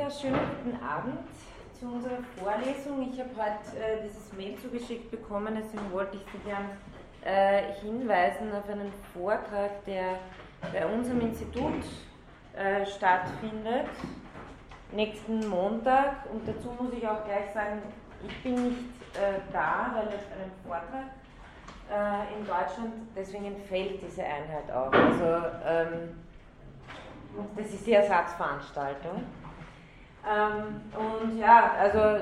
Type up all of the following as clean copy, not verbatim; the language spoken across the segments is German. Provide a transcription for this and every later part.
Ja, schönen guten Abend zu unserer Vorlesung. Ich habe heute dieses Mail zugeschickt bekommen, deswegen wollte ich Sie gern hinweisen auf einen Vortrag, der bei unserem Institut stattfindet, nächsten Montag. Und dazu muss ich auch gleich sagen, ich bin nicht da, weil es einen Vortrag in Deutschland, deswegen entfällt diese Einheit auch. Also das ist die Ersatzveranstaltung. Und ja, also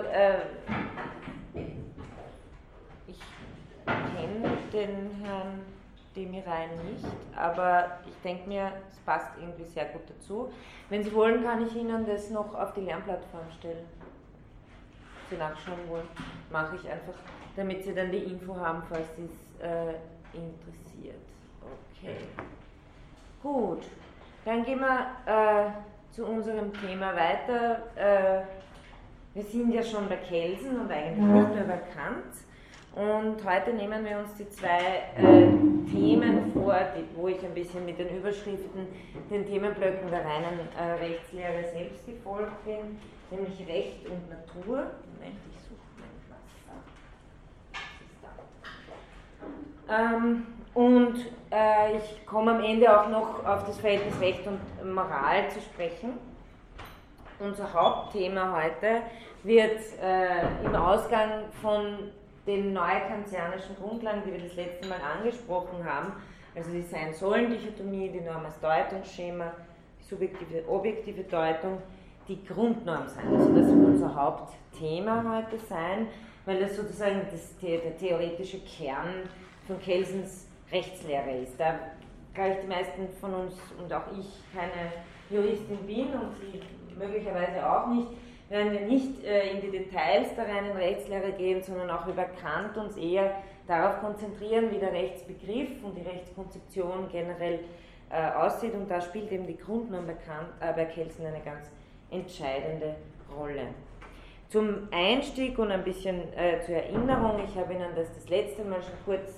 ich kenne den Herrn Demirein nicht, aber ich denke mir, es passt irgendwie sehr gut dazu. Wenn Sie wollen, kann ich Ihnen das noch auf die Lernplattform stellen. Sie nachschauen wollen, mache ich einfach, damit Sie dann die Info haben, falls Sie es interessiert. Okay. Gut, dann gehen wir zu unserem Thema weiter. Wir sind ja schon bei Kelsen und eigentlich nicht mehr bei Kant. Und heute nehmen wir uns die zwei Themen vor, wo ich ein bisschen mit den Überschriften, den Themenblöcken der reinen Rechtslehre selbst gefolgt bin, nämlich Recht und Natur. Moment, ich suche mein Wasser. Und ich komme am Ende auch noch auf das Verhältnis Recht und Moral zu sprechen. Unser Hauptthema heute wird im Ausgang von den neukantianischen Grundlagen, die wir das letzte Mal angesprochen haben, also die Sein-Sollen-Dichotomie, die Norm als Deutungsschema, die subjektive, objektive Deutung, die Grundnorm sein. Also das wird unser Hauptthema heute sein, weil das sozusagen der theoretische Kern von Kelsens Rechtslehre ist. Da, glaube ich, die meisten von uns und auch ich keine Juristin bin und Sie möglicherweise auch nicht, werden wir nicht in die Details der reinen Rechtslehre gehen, sondern auch über Kant uns eher darauf konzentrieren, wie der Rechtsbegriff und die Rechtskonzeption generell aussieht, und da spielt eben die Grundnorm bei Kelsen eine ganz entscheidende Rolle. Zum Einstieg und ein bisschen zur Erinnerung, ich habe Ihnen das letzte Mal schon kurz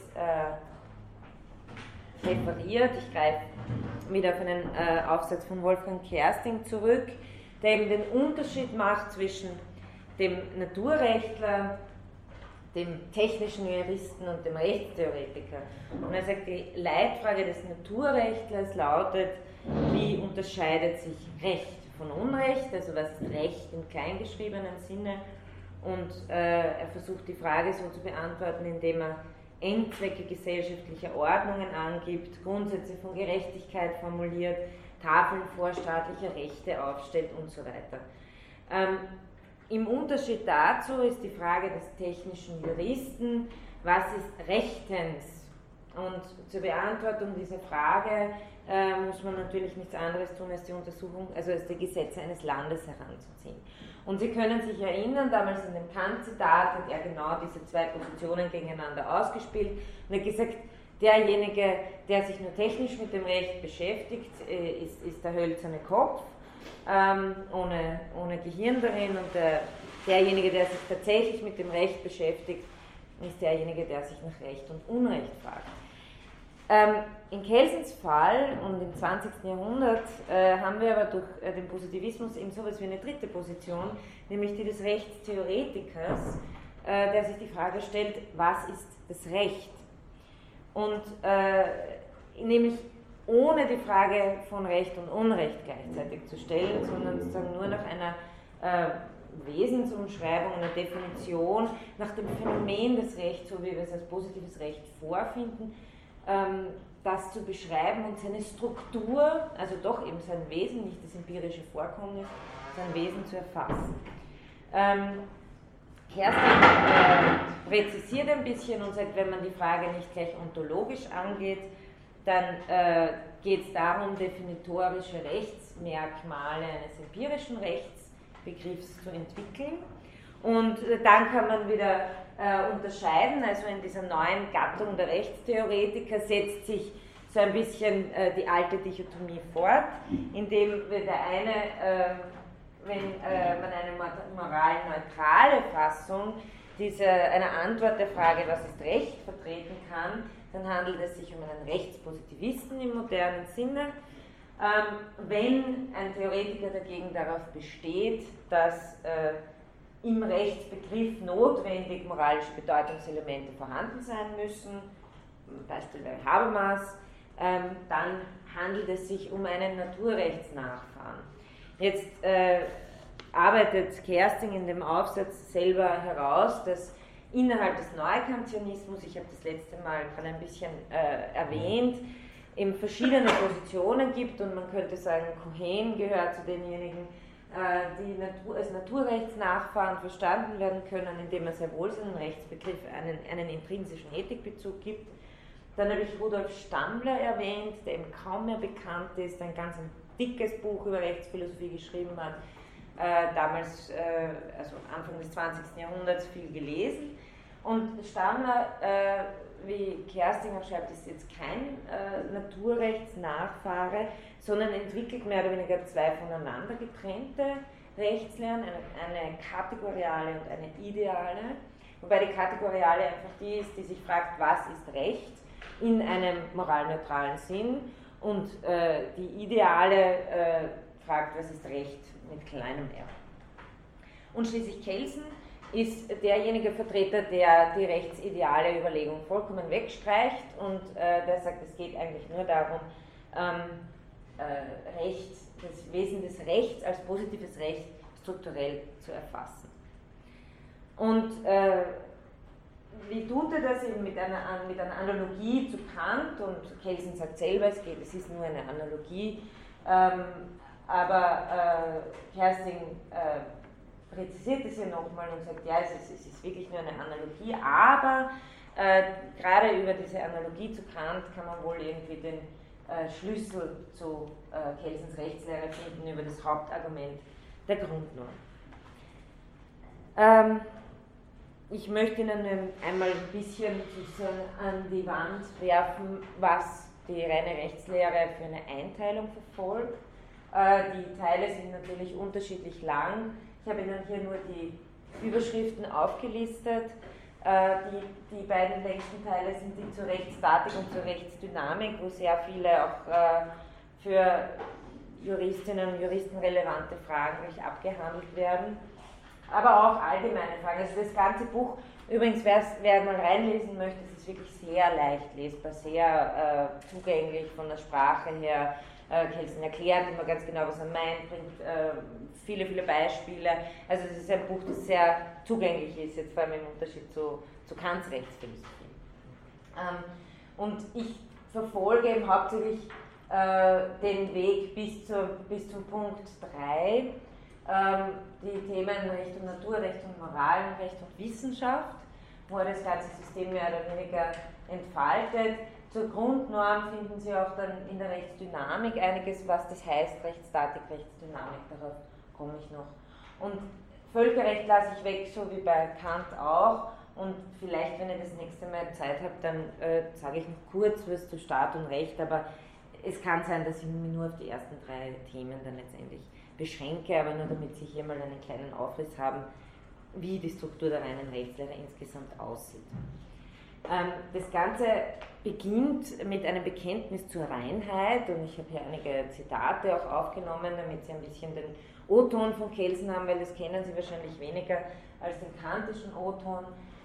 referiert. Ich greife wieder auf einen Aufsatz von Wolfgang Kersting zurück, der eben den Unterschied macht zwischen dem Naturrechtler, dem technischen Juristen und dem Rechtstheoretiker. Und er sagt, die Leitfrage des Naturrechtlers lautet, wie unterscheidet sich Recht von Unrecht, also was ist Recht im kleingeschriebenen Sinne, und er versucht die Frage so zu beantworten, indem er Endzwecke gesellschaftlicher Ordnungen angibt, Grundsätze von Gerechtigkeit formuliert, Tafeln vorstaatlicher Rechte aufstellt und so weiter. Im Unterschied dazu ist die Frage des technischen Juristen, was ist rechtens? Und zur Beantwortung dieser Frage muss man natürlich nichts anderes tun, als die Untersuchung, also als die Gesetze eines Landes heranzuziehen. Und Sie können sich erinnern, damals in dem Kant-Zitat hat er genau diese zwei Positionen gegeneinander ausgespielt und hat gesagt, derjenige, der sich nur technisch mit dem Recht beschäftigt, ist der hölzerne Kopf, ohne Gehirn darin, und derjenige, der sich tatsächlich mit dem Recht beschäftigt, ist derjenige, der sich nach Recht und Unrecht fragt. In Kelsens Fall und im 20. Jahrhundert haben wir aber durch den Positivismus eben so etwas wie eine dritte Position, nämlich die des Rechtstheoretikers, der sich die Frage stellt, was ist das Recht? Und nämlich ohne die Frage von Recht und Unrecht gleichzeitig zu stellen, sondern sozusagen nur nach einer Wesensumschreibung, einer Definition, nach dem Phänomen des Rechts, so wie wir es als positives Recht vorfinden, das zu beschreiben und seine Struktur, also doch eben sein Wesen, nicht das empirische Vorkommnis, sein Wesen zu erfassen. Kersting präzisiert ein bisschen und sagt, wenn man die Frage nicht gleich ontologisch angeht, dann geht es darum, definitorische Rechtsmerkmale eines empirischen Rechtsbegriffs zu entwickeln. Und dann kann man wieder unterscheiden, also in dieser neuen Gattung der Rechtstheoretiker setzt sich so ein bisschen die alte Dichotomie fort, indem der eine, wenn man eine moralneutrale Fassung einer Antwort der Frage, was ist Recht, vertreten kann, dann handelt es sich um einen Rechtspositivisten im modernen Sinne. Wenn ein Theoretiker dagegen darauf besteht, dass im Rechtsbegriff notwendig moralische Bedeutungselemente vorhanden sein müssen, Beispiel bei Habermas, dann handelt es sich um einen Naturrechtsnachfahren. Jetzt arbeitet Kersting in dem Aufsatz selber heraus, dass innerhalb des Neukantianismus, ich habe das letzte Mal gerade ein bisschen erwähnt, eben verschiedene Positionen gibt und man könnte sagen, Cohen gehört zu denjenigen, die als Naturrechtsnachfahren verstanden werden können, indem er sehr wohl seinen Rechtsbegriff einen intrinsischen Ethikbezug gibt. Dann habe ich Rudolf Stammler erwähnt, der eben kaum mehr bekannt ist, ein ganz dickes Buch über Rechtsphilosophie geschrieben hat, damals, also Anfang des 20. Jahrhunderts, viel gelesen. Und Stammler, wie Kersting auch schreibt, ist jetzt kein Naturrechtsnachfahre, sondern entwickelt mehr oder weniger zwei voneinander getrennte Rechtslehren, eine kategoriale und eine ideale, wobei die kategoriale einfach die ist, die sich fragt, was ist Recht in einem moralneutralen Sinn, und die ideale fragt, was ist Recht mit kleinem r. Und schließlich Kelsen ist derjenige Vertreter, der die rechtsideale Überlegung vollkommen wegstreicht und der sagt, es geht eigentlich nur darum, das Wesen des Rechts als positives Recht strukturell zu erfassen. Und wie tut er das eben mit einer Analogie zu Kant? Und Kelsen sagt selber, es ist nur eine Analogie, aber Kersting präzisiert es ja nochmal und sagt, ja, es ist wirklich nur eine Analogie, aber gerade über diese Analogie zu Kant kann man wohl irgendwie den Schlüssel zu Kelsens Rechtslehre finden über das Hauptargument der Grundnorm. Ich möchte Ihnen einmal ein bisschen sozusagen an die Wand werfen, was die reine Rechtslehre für eine Einteilung verfolgt. Die Teile sind natürlich unterschiedlich lang. Ich habe Ihnen hier nur die Überschriften aufgelistet. Die beiden längsten Teile sind die zur Rechtsstatik und zur Rechtsdynamik, wo sehr viele auch für Juristinnen und Juristen relevante Fragen durch abgehandelt werden. Aber auch allgemeine Fragen. Also das ganze Buch, übrigens, wer mal reinlesen möchte, es ist wirklich sehr leicht lesbar, sehr zugänglich von der Sprache her. Kelsen erklärt immer ganz genau, was er meint, bringt viele, viele Beispiele. Also es ist ein Buch, das sehr zugänglich ist, jetzt vor allem im Unterschied zu Kants Rechtsphilosophie. Und ich verfolge eben hauptsächlich den Weg bis zum Punkt 3, die Themen Recht und Natur, Recht und Moral und Recht und Wissenschaft, wo er das ganze System mehr oder weniger entfaltet. Zur Grundnorm finden Sie auch dann in der Rechtsdynamik einiges, was das heißt, Rechtsstatik, Rechtsdynamik, darauf komme ich noch. Und Völkerrecht lasse ich weg, so wie bei Kant auch, und vielleicht, wenn ihr das nächste Mal Zeit habt, dann sage ich noch kurz was zu Staat und Recht, aber es kann sein, dass ich mich nur auf die ersten 3 Themen dann letztendlich beschränke, aber nur damit Sie hier mal einen kleinen Aufriss haben, wie die Struktur der reinen Rechtslehre insgesamt aussieht. Das Ganze beginnt mit einem Bekenntnis zur Reinheit, und ich habe hier einige Zitate auch aufgenommen, damit Sie ein bisschen den O-Ton von Kelsen haben, weil das kennen Sie wahrscheinlich weniger als den kantischen O-Ton.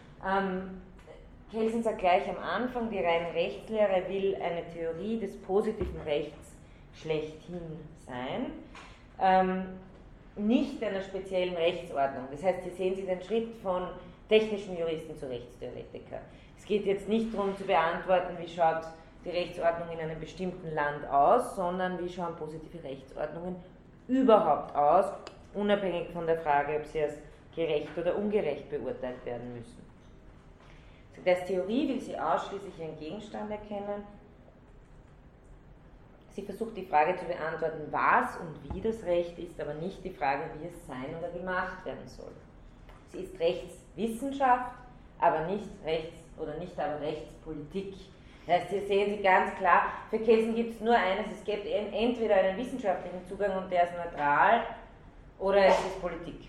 Kelsen sagt gleich am Anfang, die reine Rechtslehre will eine Theorie des positiven Rechts schlechthin sein, nicht einer speziellen Rechtsordnung. Das heißt, hier sehen Sie den Schritt von technischen Juristen zu Rechtstheoretiker. Es geht jetzt nicht darum zu beantworten, wie schaut die Rechtsordnung in einem bestimmten Land aus, sondern wie schauen positive Rechtsordnungen überhaupt aus, unabhängig von der Frage, ob sie als gerecht oder ungerecht beurteilt werden müssen. Als Theorie will sie ausschließlich ihren Gegenstand erkennen. Sie versucht die Frage zu beantworten, was und wie das Recht ist, aber nicht die Frage, wie es sein oder gemacht werden soll. Sie ist Rechtswissenschaft, aber nicht Rechtspolitik. Das heißt, hier sehen Sie ganz klar, für Kelsen gibt es nur eines, es gibt entweder einen wissenschaftlichen Zugang und der ist neutral, oder es ist Politik.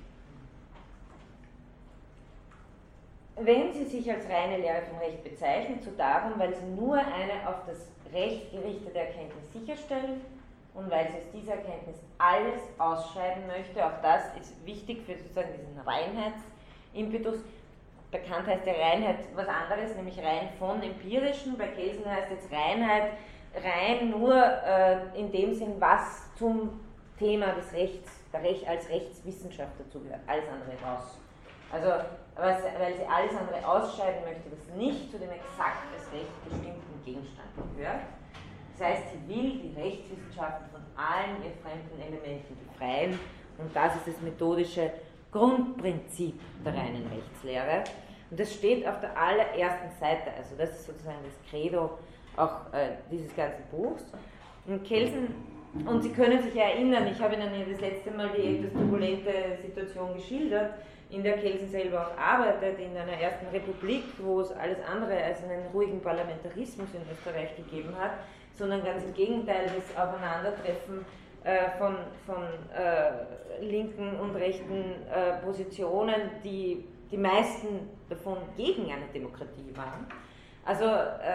Wenn sie sich als reine Lehre vom Recht bezeichnet, so darum, weil sie nur eine auf das Recht gerichtete Erkenntnis sicherstellen und weil sie aus dieser Erkenntnis alles ausscheiden möchte. Auch das ist wichtig für sozusagen diesen Reinheitsimpetus. Bekannt heißt ja Reinheit was anderes, nämlich rein von Empirischen. Bei Kelsen heißt jetzt Reinheit rein nur in dem Sinn, was zum Thema des Rechts, als Rechtswissenschaft dazugehört, alles andere raus. Also, weil sie alles andere ausscheiden möchte, was nicht zu dem exakt als Recht bestimmten Gegenstand gehört. Das heißt, sie will die Rechtswissenschaften von allen ihr fremden Elementen befreien, und das ist das methodische Grundprinzip der reinen Rechtslehre. Und das steht auf der allerersten Seite, also das ist sozusagen das Credo auch dieses ganzen Buchs. Und Kelsen, und Sie können sich ja erinnern, ich habe Ihnen ja das letzte Mal die etwas turbulente Situation geschildert, in der Kelsen selber auch arbeitet, in einer ersten Republik, wo es alles andere als einen ruhigen Parlamentarismus in Österreich gegeben hat, sondern ganz im Gegenteil, das Aufeinandertreffen von linken und rechten Positionen, die meisten davon gegen eine Demokratie waren. Also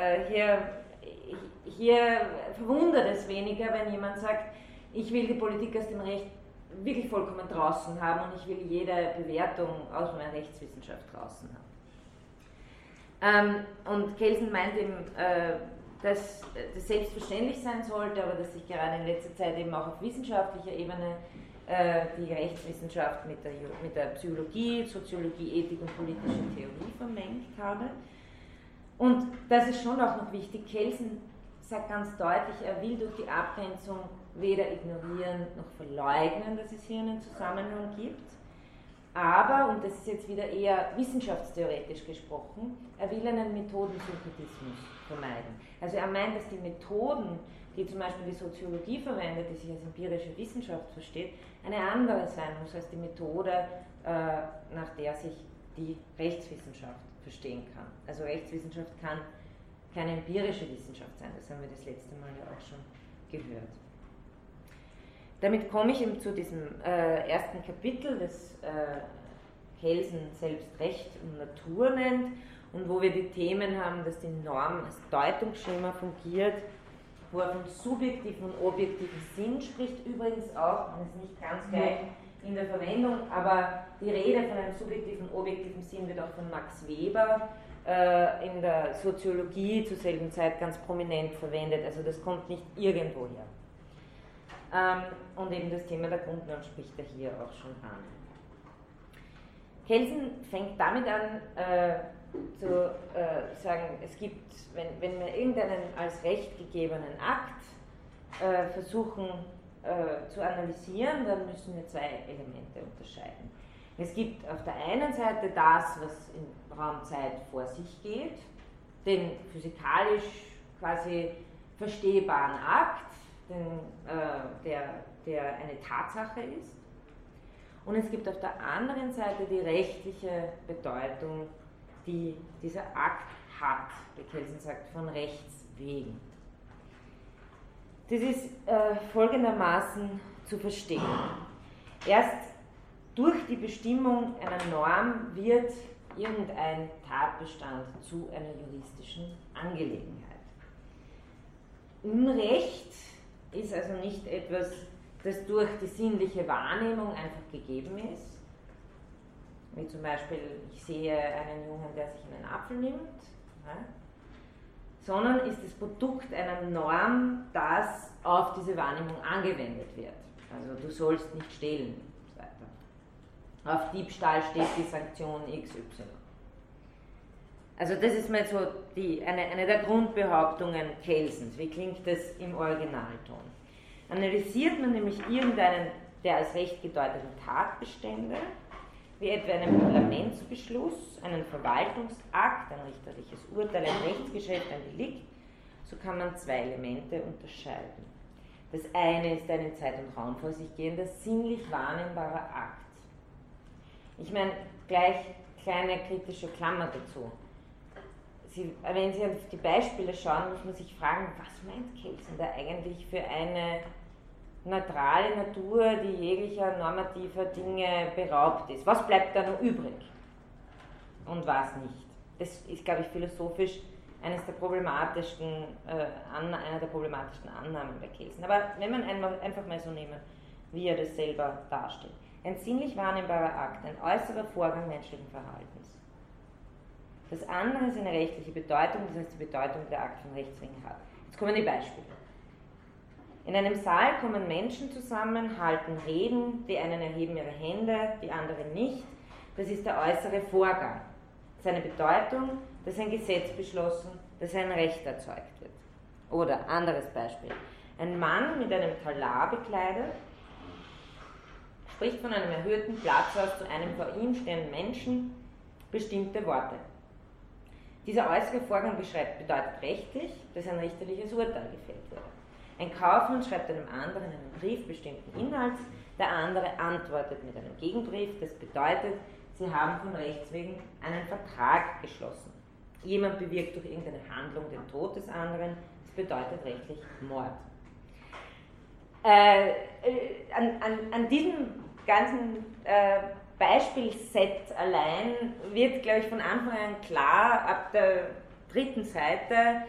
hier verwundert es weniger, wenn jemand sagt, ich will die Politik aus dem Recht wirklich vollkommen draußen haben und ich will jede Bewertung aus meiner Rechtswissenschaft draußen haben. Und Kelsen meint eben, dass das selbstverständlich sein sollte, aber dass sich gerade in letzter Zeit eben auch auf wissenschaftlicher Ebene die Rechtswissenschaft mit der Psychologie, Soziologie, Ethik und politische Theorie vermengt habe. Und das ist schon auch noch wichtig, Kelsen sagt ganz deutlich, er will durch die Abgrenzung weder ignorieren noch verleugnen, dass es hier einen Zusammenhang gibt, aber, und das ist jetzt wieder eher wissenschaftstheoretisch gesprochen, er will einen Methodensynthetismus vermeiden. Also er meint, dass die Methoden, die zum Beispiel die Soziologie verwendet, die sich als empirische Wissenschaft versteht, eine andere sein muss als die Methode, nach der sich die Rechtswissenschaft verstehen kann. Also Rechtswissenschaft kann keine empirische Wissenschaft sein, das haben wir das letzte Mal ja auch schon gehört. Damit komme ich eben zu diesem ersten Kapitel, das Kelsen selbst Recht und Natur nennt und wo wir die Themen haben, dass die Norm als Deutungsschema fungiert, wo er von subjektivem und objektivem Sinn spricht, übrigens auch, wenn es nicht ganz gleich in der Verwendung, aber die Rede von einem subjektiven und objektiven Sinn wird auch von Max Weber in der Soziologie zur selben Zeit ganz prominent verwendet, also das kommt nicht irgendwo her. Und eben das Thema der Grundnorm spricht er hier auch schon an. Kelsen fängt damit an, zu sagen, es gibt, wenn wir irgendeinen als Recht gegebenen Akt versuchen zu analysieren, dann müssen wir zwei Elemente unterscheiden. Es gibt auf der einen Seite das, was in Raumzeit vor sich geht, den physikalisch quasi verstehbaren Akt, der eine Tatsache ist. Und es gibt auf der anderen Seite die rechtliche Bedeutung, die dieser Akt hat, wie Kelsen sagt, von Rechts wegen. Das ist folgendermaßen zu verstehen. Erst durch die Bestimmung einer Norm wird irgendein Tatbestand zu einer juristischen Angelegenheit. Unrecht ist also nicht etwas, das durch die sinnliche Wahrnehmung einfach gegeben ist, wie zum Beispiel, ich sehe einen Jungen, der sich einen Apfel nimmt, ja, sondern ist das Produkt einer Norm, das auf diese Wahrnehmung angewendet wird. Also du sollst nicht stehlen und so weiter. Auf Diebstahl steht die Sanktion XY. Also das ist mal so eine der Grundbehauptungen Kelsens. Wie klingt das im Originalton? Analysiert man nämlich irgendeinen der als Recht gedeuteten Tatbestände, wie etwa einen Parlamentsbeschluss, einen Verwaltungsakt, ein richterliches Urteil, ein Rechtsgeschäft, ein Delikt, so kann man zwei Elemente unterscheiden. Das eine ist ein in Zeit und Raum vor sich gehender, sinnlich wahrnehmbarer Akt. Ich meine, gleich kleine kritische Klammer dazu. Wenn Sie auf die Beispiele schauen, muss man sich fragen, was meint Kelsen da eigentlich für eine neutrale Natur, die jeglicher normativer Dinge beraubt ist? Was bleibt da noch übrig und was nicht? Das ist, glaube ich, philosophisch einer der problematischsten Annahmen bei Kelsen. Aber wenn man einfach mal so nehmen, wie er das selber darstellt. Ein sinnlich wahrnehmbarer Akt, ein äußerer Vorgang menschlichen Verhaltens. Das andere ist eine rechtliche Bedeutung, das heißt die Bedeutung, die der Akt von Rechts wegen hat. Jetzt kommen die Beispiele. In einem Saal kommen Menschen zusammen, halten Reden, die einen erheben ihre Hände, die anderen nicht. Das ist der äußere Vorgang. Seine Bedeutung, dass ein Gesetz beschlossen, dass ein Recht erzeugt wird. Oder anderes Beispiel. Ein Mann mit einem Talar bekleidet spricht von einem erhöhten Platz aus zu einem vor ihm stehenden Menschen bestimmte Worte. Dieser äußere Vorgang bedeutet rechtlich, dass ein richterliches Urteil gefällt wurde. Ein Kaufmann schreibt einem anderen einen Brief bestimmten Inhalts, der andere antwortet mit einem Gegenbrief, das bedeutet, sie haben von Rechts wegen einen Vertrag geschlossen. Jemand bewirkt durch irgendeine Handlung den Tod des anderen, das bedeutet rechtlich Mord. An diesem ganzen Beispielset allein wird, glaube ich, von Anfang an klar, ab der dritten Seite,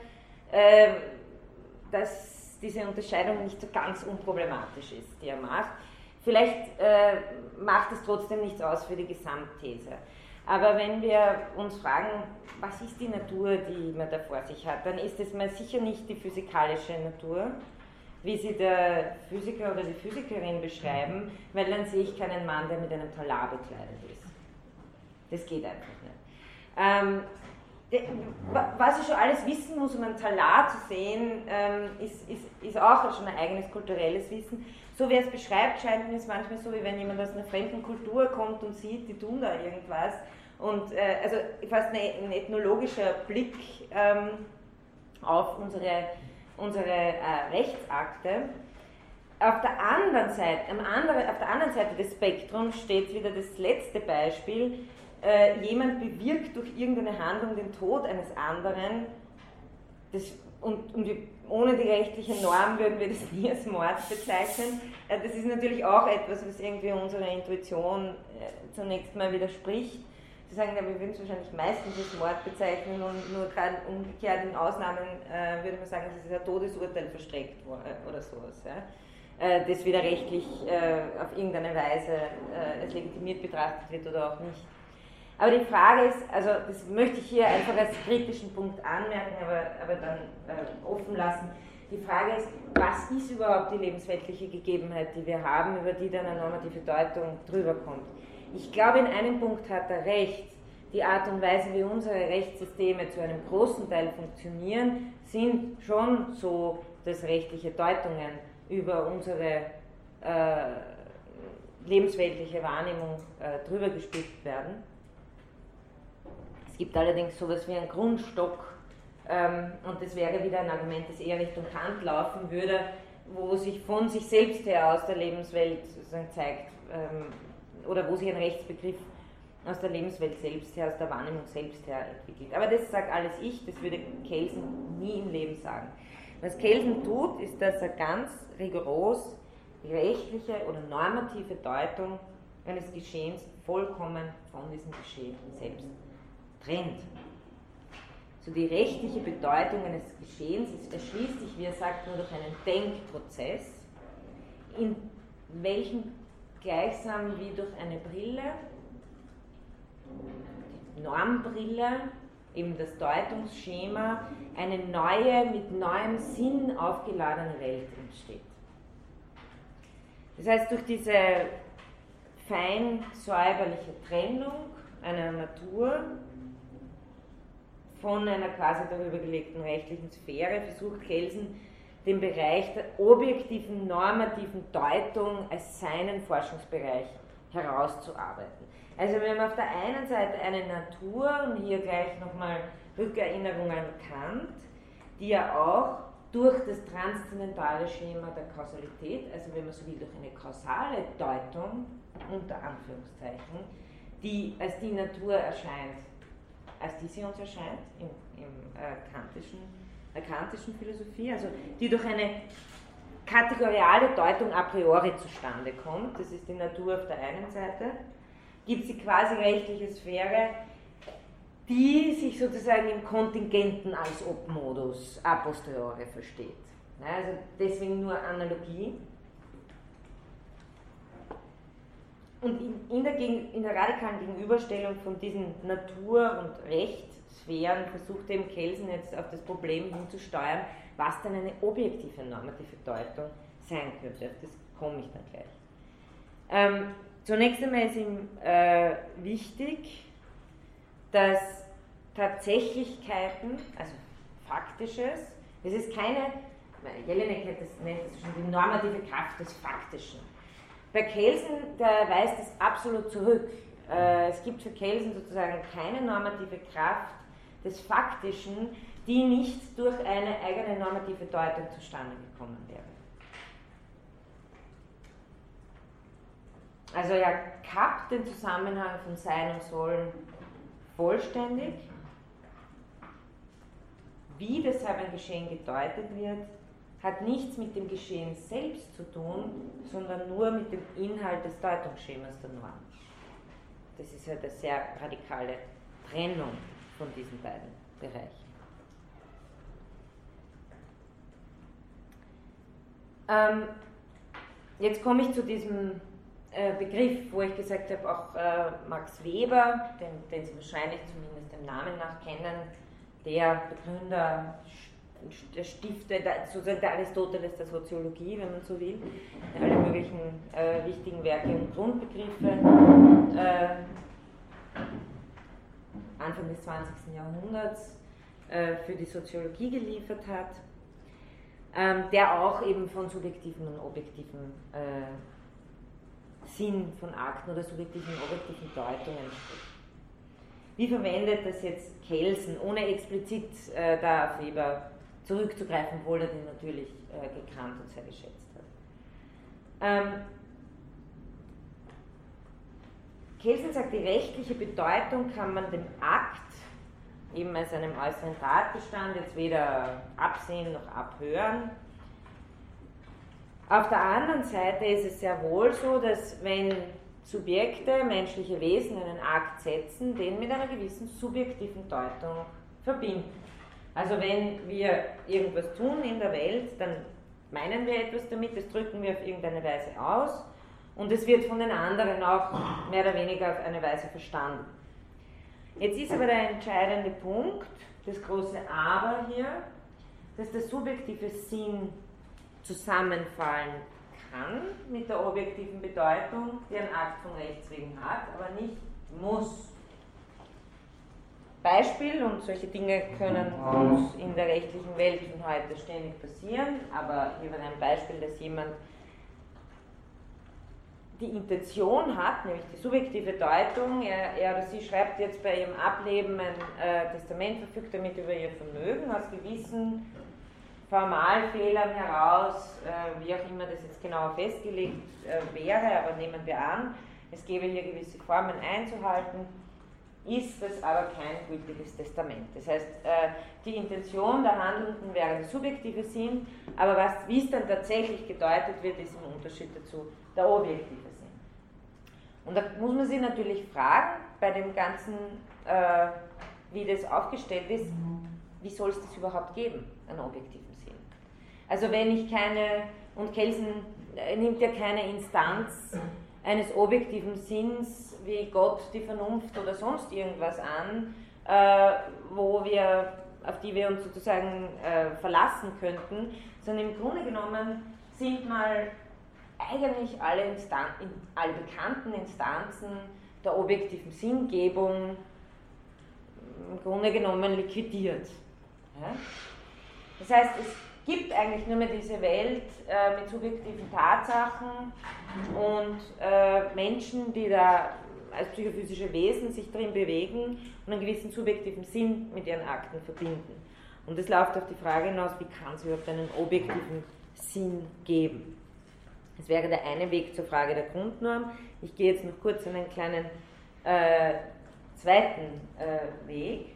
dass diese Unterscheidung nicht so ganz unproblematisch ist, die er macht. Vielleicht macht es trotzdem nichts aus für die Gesamtthese. Aber wenn wir uns fragen, was ist die Natur, die man da vor sich hat, dann ist es mal sicher nicht die physikalische Natur, wie sie der Physiker oder die Physikerin beschreiben, weil dann sehe ich keinen Mann, der mit einem Talar bekleidet ist. Das geht einfach nicht. Was ich schon alles wissen muss, um einen Talar zu sehen, ist auch schon ein eigenes kulturelles Wissen. So wie er es beschreibt, scheint mir es manchmal so, wie wenn jemand aus einer fremden Kultur kommt und sieht, die tun da irgendwas. Und also fast ein ethnologischer Blick auf unsere Rechtsakte. Auf der anderen Seite des Spektrums steht wieder das letzte Beispiel. Jemand bewirkt durch irgendeine Handlung den Tod eines anderen, und ohne die rechtliche Norm würden wir das nie als Mord bezeichnen. Das ist natürlich auch etwas, was irgendwie unserer Intuition zunächst mal widerspricht. Sie sagen, ja, wir würden es wahrscheinlich meistens als Mord bezeichnen und nur gerade umgekehrt in Ausnahmen würde man sagen, es ist ein Todesurteil verstreckt oder sowas. Ja? Das wieder rechtlich auf irgendeine Weise als legitimiert betrachtet wird oder auch nicht. Aber die Frage ist, also das möchte ich hier einfach als kritischen Punkt anmerken, aber dann offen lassen. Die Frage ist, was ist überhaupt die lebensweltliche Gegebenheit, die wir haben, über die dann eine normative Deutung drüber kommt? Ich glaube, in einem Punkt hat er recht. Die Art und Weise, wie unsere Rechtssysteme zu einem großen Teil funktionieren, sind schon so, dass rechtliche Deutungen über unsere lebensweltliche Wahrnehmung drüber gestülpt werden. Es gibt allerdings sowas wie einen Grundstock, und das wäre wieder ein Argument, das eher Richtung Kant laufen würde, wo sich von sich selbst her aus der Lebenswelt sozusagen zeigt, oder wo sich ein Rechtsbegriff aus der Lebenswelt selbst her, aus der Wahrnehmung selbst her entwickelt. Aber das sagt alles ich, das würde Kelsen nie im Leben sagen. Was Kelsen tut, ist, dass er ganz rigoros die rechtliche oder normative Deutung eines Geschehens vollkommen von diesem Geschehen selbst trennt. So die rechtliche Bedeutung eines Geschehens erschließt sich, wie er sagt, nur durch einen Denkprozess, in welchem gleichsam wie durch eine Brille, die Normbrille, eben das Deutungsschema, eine neue, mit neuem Sinn aufgeladene Welt entsteht. Das heißt, durch diese fein säuberliche Trennung einer Natur von einer quasi darüber gelegten rechtlichen Sphäre versucht Kelsen, den Bereich der objektiven, normativen Deutung als seinen Forschungsbereich herauszuarbeiten. Also wir haben auf der einen Seite eine Natur, und hier gleich nochmal Rückerinnerung an Kant, die ja auch durch das transzendentale Schema der Kausalität, also wenn man so will, durch eine kausale Deutung, unter Anführungszeichen, die als die Natur erscheint, als die sie uns erscheint der kantischen Philosophie, also die durch eine kategoriale Deutung a priori zustande kommt, das ist die Natur auf der einen Seite, gibt sie quasi rechtliche Sphäre, die sich sozusagen im kontingenten als Ob-Modus a posteriori versteht. Also deswegen nur Analogie. Und in der radikalen Gegenüberstellung von diesen Natur- und Rechtssphären versucht eben Kelsen jetzt auf das Problem hinzusteuern, was denn eine objektive normative Deutung sein könnte. Auf das komme ich dann gleich. Zunächst einmal ist ihm wichtig, dass Tatsächlichkeiten, also Faktisches, es ist keine, Jelinek nennt das schon die normative Kraft des Faktischen. Bei Kelsen, der weist es absolut zurück. Es gibt für Kelsen sozusagen keine normative Kraft des Faktischen, die nicht durch eine eigene normative Deutung zustande gekommen wäre. Also er kappt den Zusammenhang von Sein und Sollen vollständig. Wie deshalb ein Geschehen gedeutet wird, hat nichts mit dem Geschehen selbst zu tun, sondern nur mit dem Inhalt des Deutungsschemas der Norm. Das ist halt eine sehr radikale Trennung von diesen beiden Bereichen. Jetzt komme ich zu diesem Begriff, wo ich gesagt habe, auch Max Weber, den Sie wahrscheinlich zumindest dem Namen nach kennen, der Begründer, der Stifter, sozusagen der Aristoteles der Soziologie, wenn man so will, alle möglichen wichtigen Werke und Grundbegriffe Anfang des 20. Jahrhunderts für die Soziologie geliefert hat, der auch eben von subjektiven und objektiven Sinn von Akten oder subjektiven und objektiven Deutungen spricht. Wie verwendet das jetzt Kelsen, ohne explizit da auf Weber zurückzugreifen, obwohl er den natürlich gekannt und sehr geschätzt hat. Kelsen sagt, die rechtliche Bedeutung kann man dem Akt, eben als einem äußeren Tatbestand, jetzt weder absehen noch abhören. Auf der anderen Seite ist es sehr wohl so, dass wenn Subjekte, menschliche Wesen einen Akt setzen, den mit einer gewissen subjektiven Deutung verbinden. Also wenn wir irgendwas tun in der Welt, dann meinen wir etwas damit, das drücken wir auf irgendeine Weise aus und es wird von den anderen auch mehr oder weniger auf eine Weise verstanden. Jetzt ist aber der entscheidende Punkt, das große Aber hier, dass der subjektive Sinn zusammenfallen kann mit der objektiven Bedeutung, die ein Akt von Rechts wegen hat, aber nicht muss. Beispiel, und solche Dinge können uns in der rechtlichen Welt von heute ständig passieren, aber hier war ein Beispiel, dass jemand die Intention hat, nämlich die subjektive Deutung, er oder sie schreibt jetzt bei ihrem Ableben ein Testament, verfügt damit über ihr Vermögen, aus gewissen Formalfehlern heraus, wie auch immer das jetzt genauer festgelegt wäre, aber nehmen wir an, es gäbe hier gewisse Formen einzuhalten, ist das aber kein gültiges Testament. Das heißt, die Intention der Handelnden wäre der subjektive Sinn, aber wie es dann tatsächlich gedeutet wird, ist im Unterschied dazu der objektive Sinn. Und da muss man sich natürlich fragen, bei dem Ganzen, wie das aufgestellt ist, wie soll es das überhaupt geben, einen objektiven Sinn? Also wenn ich und Kelsen nimmt ja keine Instanz eines objektiven Sinns wie Gott, die Vernunft oder sonst irgendwas an, auf die wir uns sozusagen verlassen könnten, sondern im Grunde genommen sind mal eigentlich alle bekannten Instanzen der objektiven Sinngebung im Grunde genommen liquidiert. Ja? Das heißt, es gibt eigentlich nur mehr diese Welt mit subjektiven Tatsachen und Menschen, die da als psychophysische Wesen sich drin bewegen und einen gewissen subjektiven Sinn mit ihren Akten verbinden. Und das läuft auf die Frage hinaus, wie kann es überhaupt einen objektiven Sinn geben? Das wäre der eine Weg zur Frage der Grundnorm. Ich gehe jetzt noch kurz einen kleinen zweiten Weg.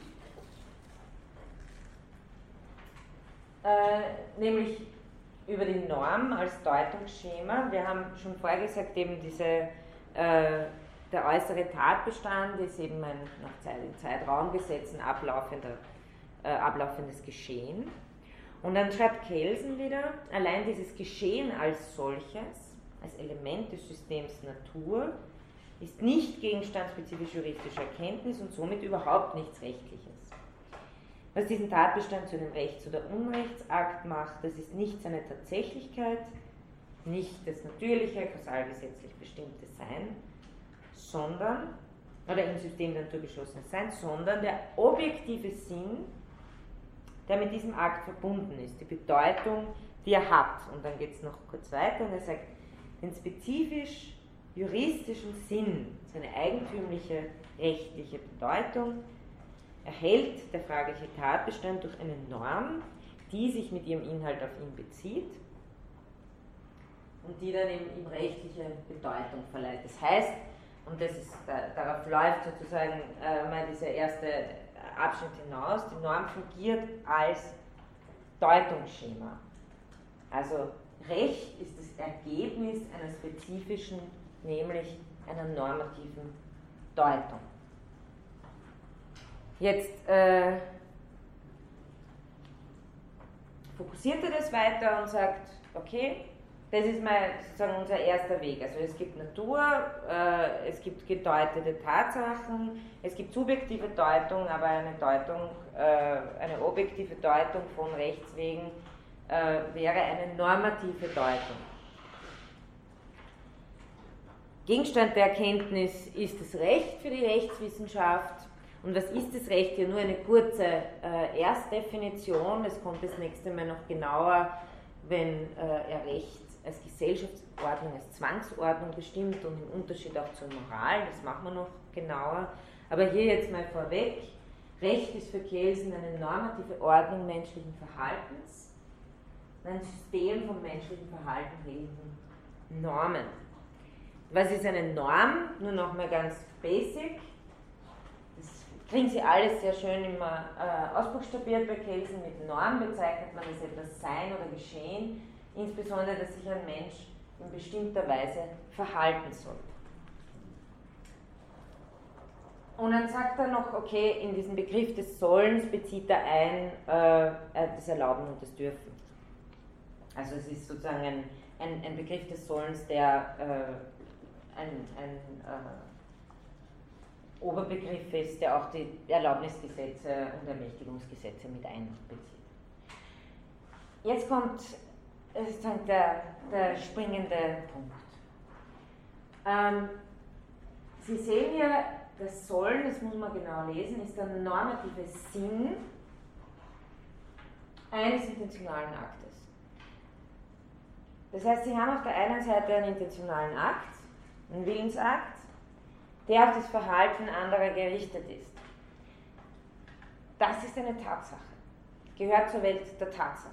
Nämlich über die Norm als Deutungsschema. Wir haben schon vorher gesagt, eben der der äußere Tatbestand ist eben ein nach Zeitraumgesetzen ablaufendes Geschehen. Und dann schreibt Kelsen wieder, allein dieses Geschehen als solches, als Element des Systems Natur, ist nicht Gegenstand spezifisch juristischer Erkenntnis und somit überhaupt nichts Rechtliches. Was diesen Tatbestand zu einem Rechts- oder Unrechtsakt macht, das ist nicht seine Tatsächlichkeit, nicht das natürliche, kausalgesetzlich bestimmte Sein, sondern, oder im System der Natur geschlossenes Sein, sondern der objektive Sinn, der mit diesem Akt verbunden ist, die Bedeutung, die er hat. Und dann geht es noch kurz weiter und er sagt, den spezifisch juristischen Sinn, seine eigentümliche rechtliche Bedeutung, erhält der fragliche Tatbestand durch eine Norm, die sich mit ihrem Inhalt auf ihn bezieht und die dann eben ihm rechtliche Bedeutung verleiht. Das heißt, und das ist, darauf läuft sozusagen mal dieser erste Abschnitt hinaus, die Norm fungiert als Deutungsschema. Also Recht ist das Ergebnis einer spezifischen, nämlich einer normativen Deutung. Jetzt fokussiert er das weiter und sagt, okay, das ist mal sozusagen unser erster Weg. Also es gibt Natur, es gibt gedeutete Tatsachen, es gibt subjektive Deutung, aber eine objektive Deutung von Rechts wegen wäre eine normative Deutung. Gegenstand der Erkenntnis ist das Recht für die Rechtswissenschaft. Und was ist das Recht? Hier nur eine kurze Erstdefinition. Es kommt das nächste Mal noch genauer, wenn er Recht als Gesellschaftsordnung, als Zwangsordnung bestimmt und im Unterschied auch zur Moral. Das machen wir noch genauer. Aber hier jetzt mal vorweg. Recht ist für Kelsen eine normative Ordnung menschlichen Verhaltens, ein System von menschlichem Verhalten geltenden Normen. Was ist eine Norm? Nur nochmal ganz basic. Das kriegen Sie alles sehr schön immer ausbuchstabiert bei Kelsen. Mit Norm bezeichnet man als etwas Sein oder Geschehen, insbesondere, dass sich ein Mensch in bestimmter Weise verhalten soll. Und dann sagt er noch, okay, in diesen Begriff des Sollens bezieht er ein das Erlauben und das Dürfen. Also es ist sozusagen ein Begriff des Sollens, der ein Oberbegriff ist, der auch die Erlaubnisgesetze und Ermächtigungsgesetze mit einbezieht. Jetzt kommt sozusagen der springende Punkt. Sie sehen hier, das Sollen, das muss man genau lesen, ist der normative Sinn eines intentionalen Aktes. Das heißt, Sie haben auf der einen Seite einen intentionalen Akt, einen Willensakt, der auf das Verhalten anderer gerichtet ist. Das ist eine Tatsache, gehört zur Welt der Tatsachen.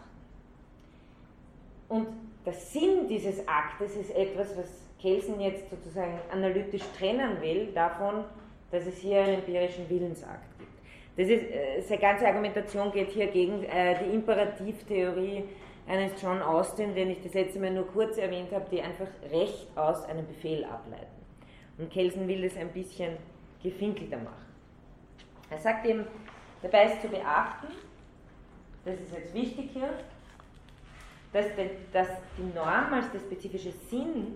Und der Sinn dieses Aktes ist etwas, was Kelsen jetzt sozusagen analytisch trennen will davon, dass es hier einen empirischen Willensakt gibt. Seine ganze Argumentation geht hier gegen die Imperativtheorie eines John Austin, den ich das letzte Mal nur kurz erwähnt habe, die einfach Recht aus einem Befehl ableiten. Und Kelsen will das ein bisschen gefinkelter machen. Er sagt eben, dabei ist zu beachten, das ist jetzt wichtig hier, dass die Norm als der spezifische Sinn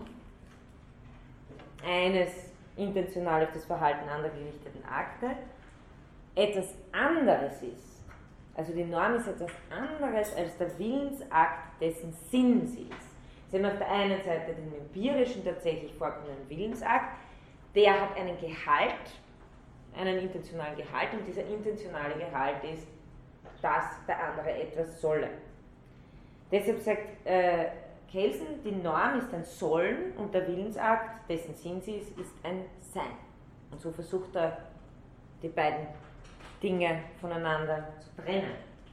eines intentional auf das Verhalten anderer gerichteten Akte etwas anderes ist. Also die Norm ist etwas anderes als der Willensakt, dessen Sinn sie ist. Sie haben auf der einen Seite den empirischen, tatsächlich vorkommenden Willensakt, der hat einen Gehalt, einen intentionalen Gehalt, und dieser intentionale Gehalt ist, dass der andere etwas solle. Deshalb sagt Kelsen, die Norm ist ein Sollen und der Willensakt, dessen Sinn sie ist ein Sein. Und so versucht er, die beiden Dinge voneinander zu trennen.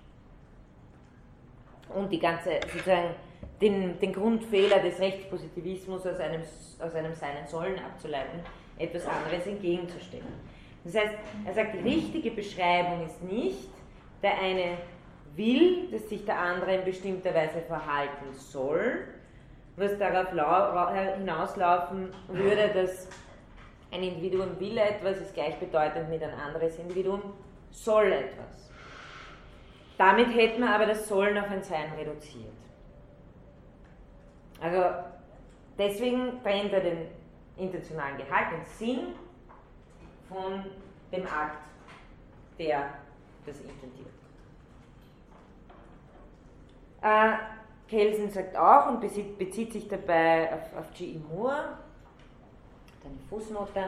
Und die ganze, sozusagen, den Grundfehler des Rechtspositivismus aus einem Sein und Sollen abzuleiten, etwas anderes entgegenzustellen. Das heißt, er sagt, die richtige Beschreibung ist nicht, der eine will, dass sich der andere in bestimmter Weise verhalten soll, was darauf hinauslaufen würde, dass ein Individuum will etwas, ist gleichbedeutend mit ein anderes Individuum soll etwas. Damit hätten wir aber das Sollen auf ein Sein reduziert. Also deswegen trennt er den intentionalen Gehalt, den Sinn von dem Akt, der das intentiert. Kelsen sagt auch und bezieht sich dabei auf G.E. Moore, eine Fußnote,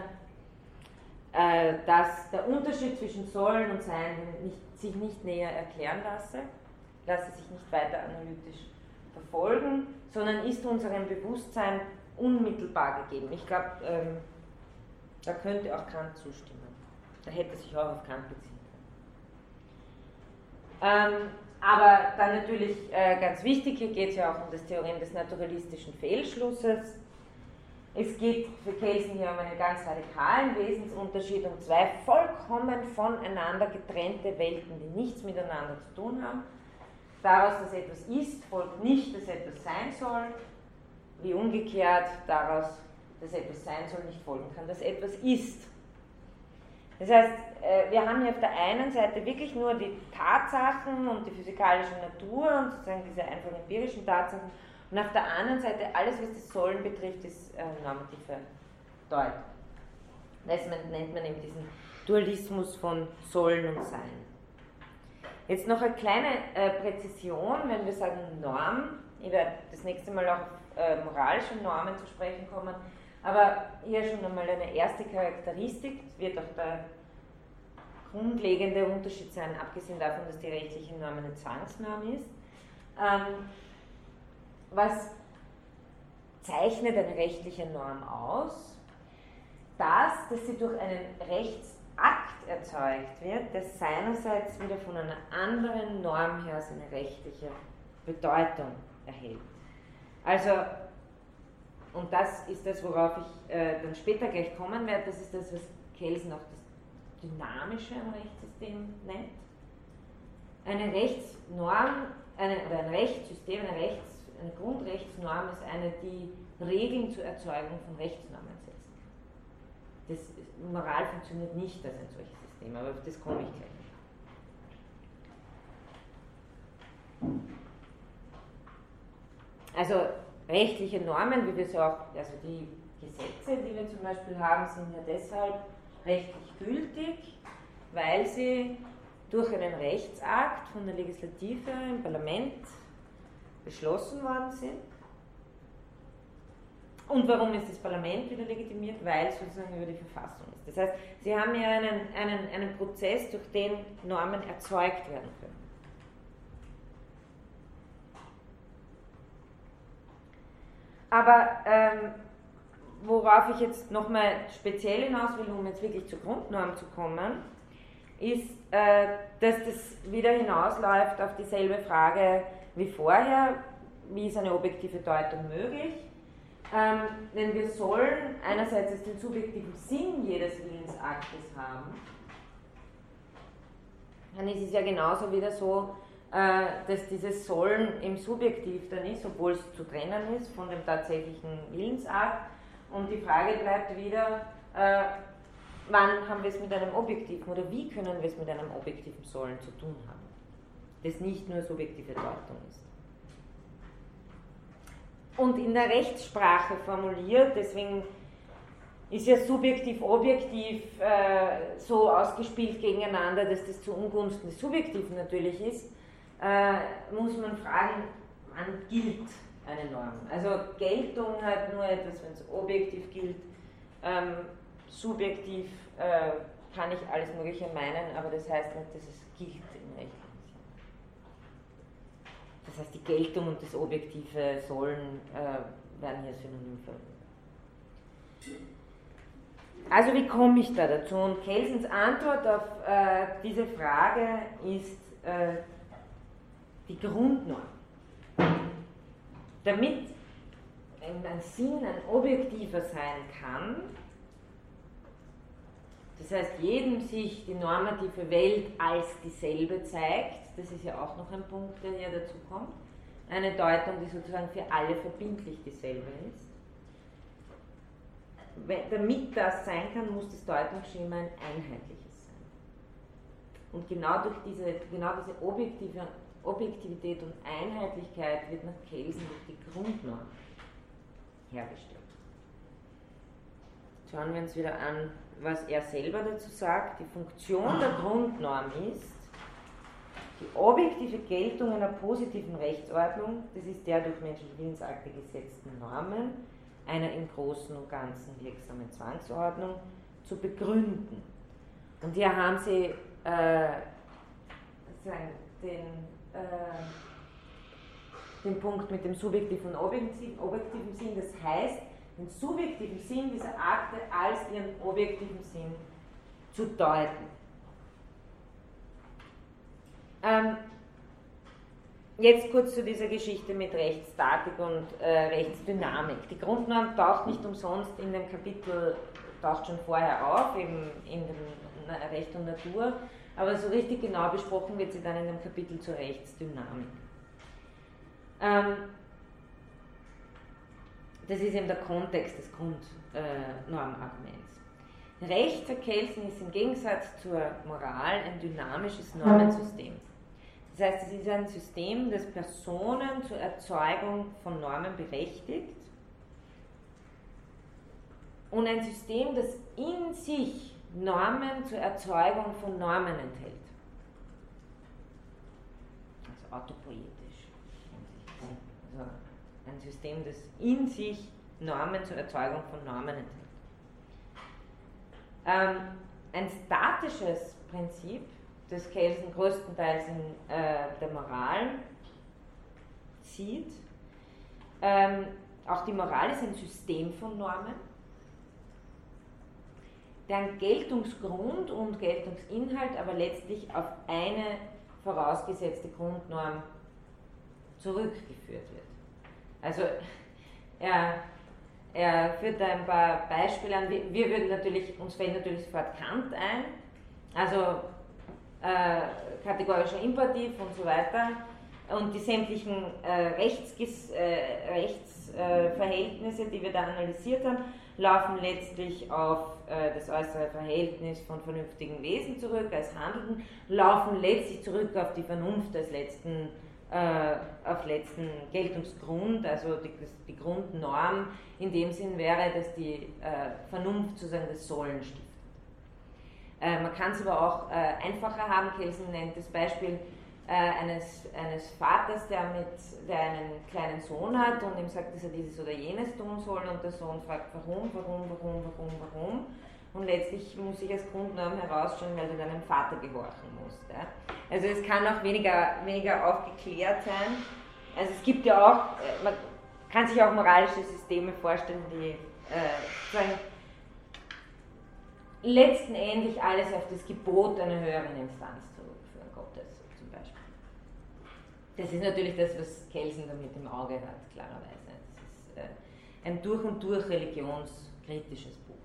dass der Unterschied zwischen Sollen und Sein sich nicht näher erklären lasse sich nicht weiter analytisch verfolgen, sondern ist unserem Bewusstsein unmittelbar gegeben. Ich glaube, da könnte auch Kant zustimmen. Da hätte er sich auch auf Kant beziehen können. Aber dann natürlich ganz wichtig, hier geht es ja auch um das Theorem des naturalistischen Fehlschlusses. Es geht für Kelsen hier um einen ganz radikalen Wesensunterschied, um zwei vollkommen voneinander getrennte Welten, die nichts miteinander zu tun haben. Daraus, dass etwas ist, folgt nicht, dass etwas sein soll, wie umgekehrt daraus, dass etwas sein soll, nicht folgen kann, dass etwas ist. Das heißt, wir haben hier auf der einen Seite wirklich nur die Tatsachen und die physikalische Natur und sozusagen diese einfach empirischen Tatsachen und auf der anderen Seite alles, was das Sollen betrifft, ist normative Deutung. Das nennt man eben diesen Dualismus von Sollen und Sein. Jetzt noch eine kleine Präzision, wenn wir sagen Norm. Ich werde das nächste Mal auch auf moralische Normen zu sprechen kommen, aber hier schon einmal eine erste Charakteristik, wird auch der grundlegende Unterschied sein, abgesehen davon, dass die rechtliche Norm eine Zwangsnorm ist. Was zeichnet eine rechtliche Norm aus? Dass sie durch einen Rechtsakt erzeugt wird, der seinerseits wieder von einer anderen Norm her seine rechtliche Bedeutung erhält. Also, und das ist das, worauf ich dann später gleich kommen werde, das ist das, was Kelsen auch das Dynamische am Rechtssystem nennt. Eine Rechtsnorm, oder ein Rechtssystem, eine Grundrechtsnorm ist eine, die Regeln zur Erzeugung von Rechtsnormen setzen kann. Moral funktioniert nicht als ein solches System, aber auf das komme ich gleich. Also rechtliche Normen, wie wir sie auch, also die Gesetze, die wir zum Beispiel haben, sind ja deshalb rechtlich gültig, weil sie durch einen Rechtsakt von der Legislative im Parlament beschlossen worden sind. Und warum ist das Parlament wieder legitimiert? Weil es sozusagen über die Verfassung ist. Das heißt, Sie haben ja einen Prozess, durch den Normen erzeugt werden können. Aber worauf ich jetzt nochmal speziell hinaus will, um jetzt wirklich zur Grundnorm zu kommen, ist, dass das wieder hinausläuft auf dieselbe Frage wie vorher, wie ist eine objektive Deutung möglich? Denn wir sollen einerseits den subjektiven Sinn jedes Willensaktes haben, dann ist es ja genauso wieder so, dass dieses Sollen im Subjektiv dann ist, obwohl es zu trennen ist von dem tatsächlichen Willensakt. Und die Frage bleibt wieder, wann haben wir es mit einem objektiven oder wie können wir es mit einem objektiven Sollen zu tun haben, das nicht nur subjektive Deutung ist. Und in der Rechtssprache formuliert, deswegen ist ja subjektiv-objektiv so ausgespielt gegeneinander, dass das zu Ungunsten des Subjektiven natürlich ist, muss man fragen, wann gilt eine Norm? Also Geltung hat nur etwas, wenn es objektiv gilt, subjektiv kann ich alles Mögliche meinen, aber das heißt nicht, dass es gilt im rechtlichen Sinn. Das heißt, die Geltung und das objektive Sollen werden hier synonym verwendet. Also wie komme ich da dazu? Und Kelsens Antwort auf diese Frage ist die Grundnorm. Damit ein Sinn ein objektiver sein kann, das heißt, jedem sich die normative Welt als dieselbe zeigt, das ist ja auch noch ein Punkt, der hier dazu kommt, eine Deutung, die sozusagen für alle verbindlich dieselbe ist. damit das sein kann, muss das Deutungsschema ein einheitliches sein. Und genau diese Objektivität und Einheitlichkeit wird nach Kelsen durch die Grundnorm hergestellt. Schauen wir uns wieder an, was er selber dazu sagt. Die Funktion der Grundnorm ist die objektive Geltung einer positiven Rechtsordnung, das ist der durch menschliche Willensakte gesetzten Normen, einer im Großen und Ganzen wirksamen Zwangsordnung, zu begründen. Und hier haben Sie den Punkt mit dem subjektiven und objektiven Sinn, das heißt, den subjektiven Sinn dieser Akte als ihren objektiven Sinn zu deuten. Jetzt kurz zu dieser Geschichte mit Rechtsstatik und Rechtsdynamik. Die Grundnorm taucht nicht umsonst in dem Kapitel, taucht schon vorher auf, eben in dem Recht und Natur, aber so richtig genau besprochen wird sie dann in dem Kapitel zur Rechtsdynamik. Das ist eben der Kontext des Grundnormarguments. Recht, sagt Kelsen, ist im Gegensatz zur Moral ein dynamisches Normensystem. Das heißt, es ist ein System, das Personen zur Erzeugung von Normen berechtigt und ein System, das in sich Normen zur Erzeugung von Normen enthält. Also autopoetisch. Also ein System, das in sich Normen zur Erzeugung von Normen enthält. Ein statisches Prinzip, das Kelsen größtenteils in der Moral sieht. Auch die Moral ist ein System von Normen, deren Geltungsgrund und Geltungsinhalt aber letztlich auf eine vorausgesetzte Grundnorm zurückgeführt wird. Also er führt da ein paar Beispiele an. Wir würden natürlich, uns fällt natürlich sofort Kant ein, also kategorischer Imperativ und so weiter. Und die sämtlichen Rechtsverhältnisse, die wir da analysiert haben, laufen letztlich auf das äußere Verhältnis von vernünftigen Wesen zurück, als Handelnden, laufen letztlich zurück auf die Vernunft als letzten Geltungsgrund, also die Grundnorm in dem Sinn wäre, dass die Vernunft sozusagen das Sollen stiftet. Man kann es aber auch einfacher haben. Kelsen nennt das Beispiel eines Vaters, der einen kleinen Sohn hat und ihm sagt, dass er dieses oder jenes tun soll und der Sohn fragt, warum. Und letztlich muss ich als Grundnorm herausstellen, weil du deinem Vater gehorchen musst. Ja? Also es kann auch weniger aufgeklärt sein. Also es gibt ja auch, man kann sich auch moralische Systeme vorstellen, die sozusagen letztendlich alles auf das Gebot einer höheren Instanz zurückführen, Gottes zum Beispiel. Das ist natürlich das, was Kelsen damit im Auge hat, klarerweise. Das ist ein durch und durch religionskritisches Buch.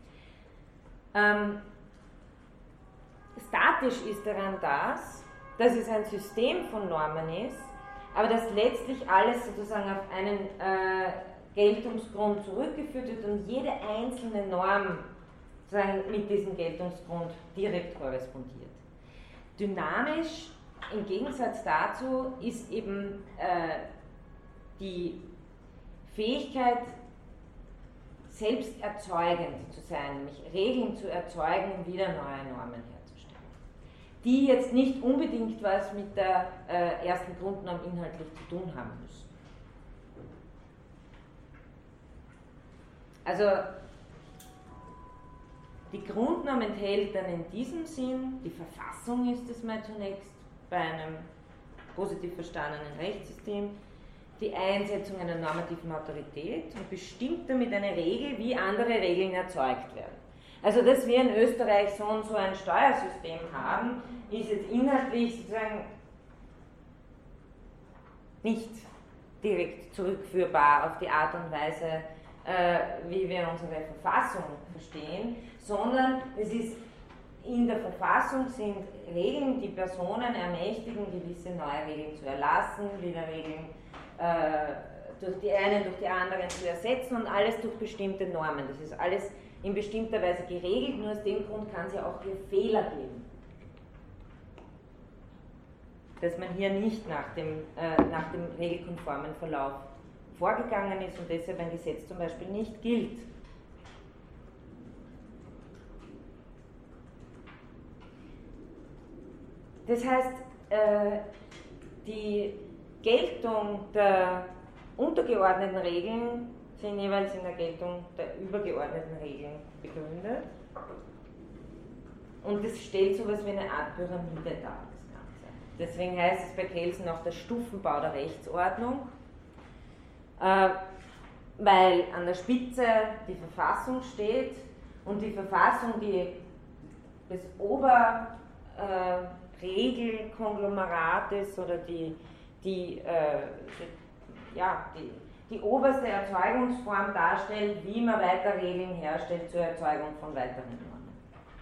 Statisch ist daran das, dass es ein System von Normen ist, aber dass letztlich alles sozusagen auf einen Geltungsgrund zurückgeführt wird und jede einzelne Norm mit diesem Geltungsgrund direkt korrespondiert. Dynamisch, im Gegensatz dazu, ist eben die Fähigkeit, selbst erzeugend zu sein, nämlich Regeln zu erzeugen, um wieder neue Normen herzustellen, die jetzt nicht unbedingt was mit der ersten Grundnorm inhaltlich zu tun haben müssen. Also die Grundnorm enthält dann in diesem Sinn, die Verfassung ist es mal zunächst bei einem positiv verstandenen Rechtssystem, die Einsetzung einer normativen Autorität und bestimmt damit eine Regel, wie andere Regeln erzeugt werden. Also, dass wir in Österreich so und so ein Steuersystem haben, ist jetzt inhaltlich sozusagen nicht direkt zurückführbar auf die Art und Weise, wie wir unsere Verfassung verstehen, sondern es ist in der Verfassung sind Regeln, die Personen ermächtigen, gewisse neue Regeln zu erlassen, wieder Regeln durch die einen durch die anderen zu ersetzen und alles durch bestimmte Normen. Das ist alles in bestimmter Weise geregelt, nur aus dem Grund kann es ja auch hier Fehler geben. Dass man hier nicht nach dem regelkonformen Verlauf vorgegangen ist und deshalb ein Gesetz zum Beispiel nicht gilt. Das heißt, die Geltung der untergeordneten Regeln sind jeweils in der Geltung der übergeordneten Regeln begründet. Und das stellt so etwas wie eine Art Pyramide dar, das Ganze. Deswegen heißt es bei Kelsen auch der Stufenbau der Rechtsordnung, weil an der Spitze die Verfassung steht und die Verfassung, die des Oberregelkonglomerat ist oder die oberste Erzeugungsform darstellt, wie man weiter Regeln herstellt zur Erzeugung von weiteren Normen.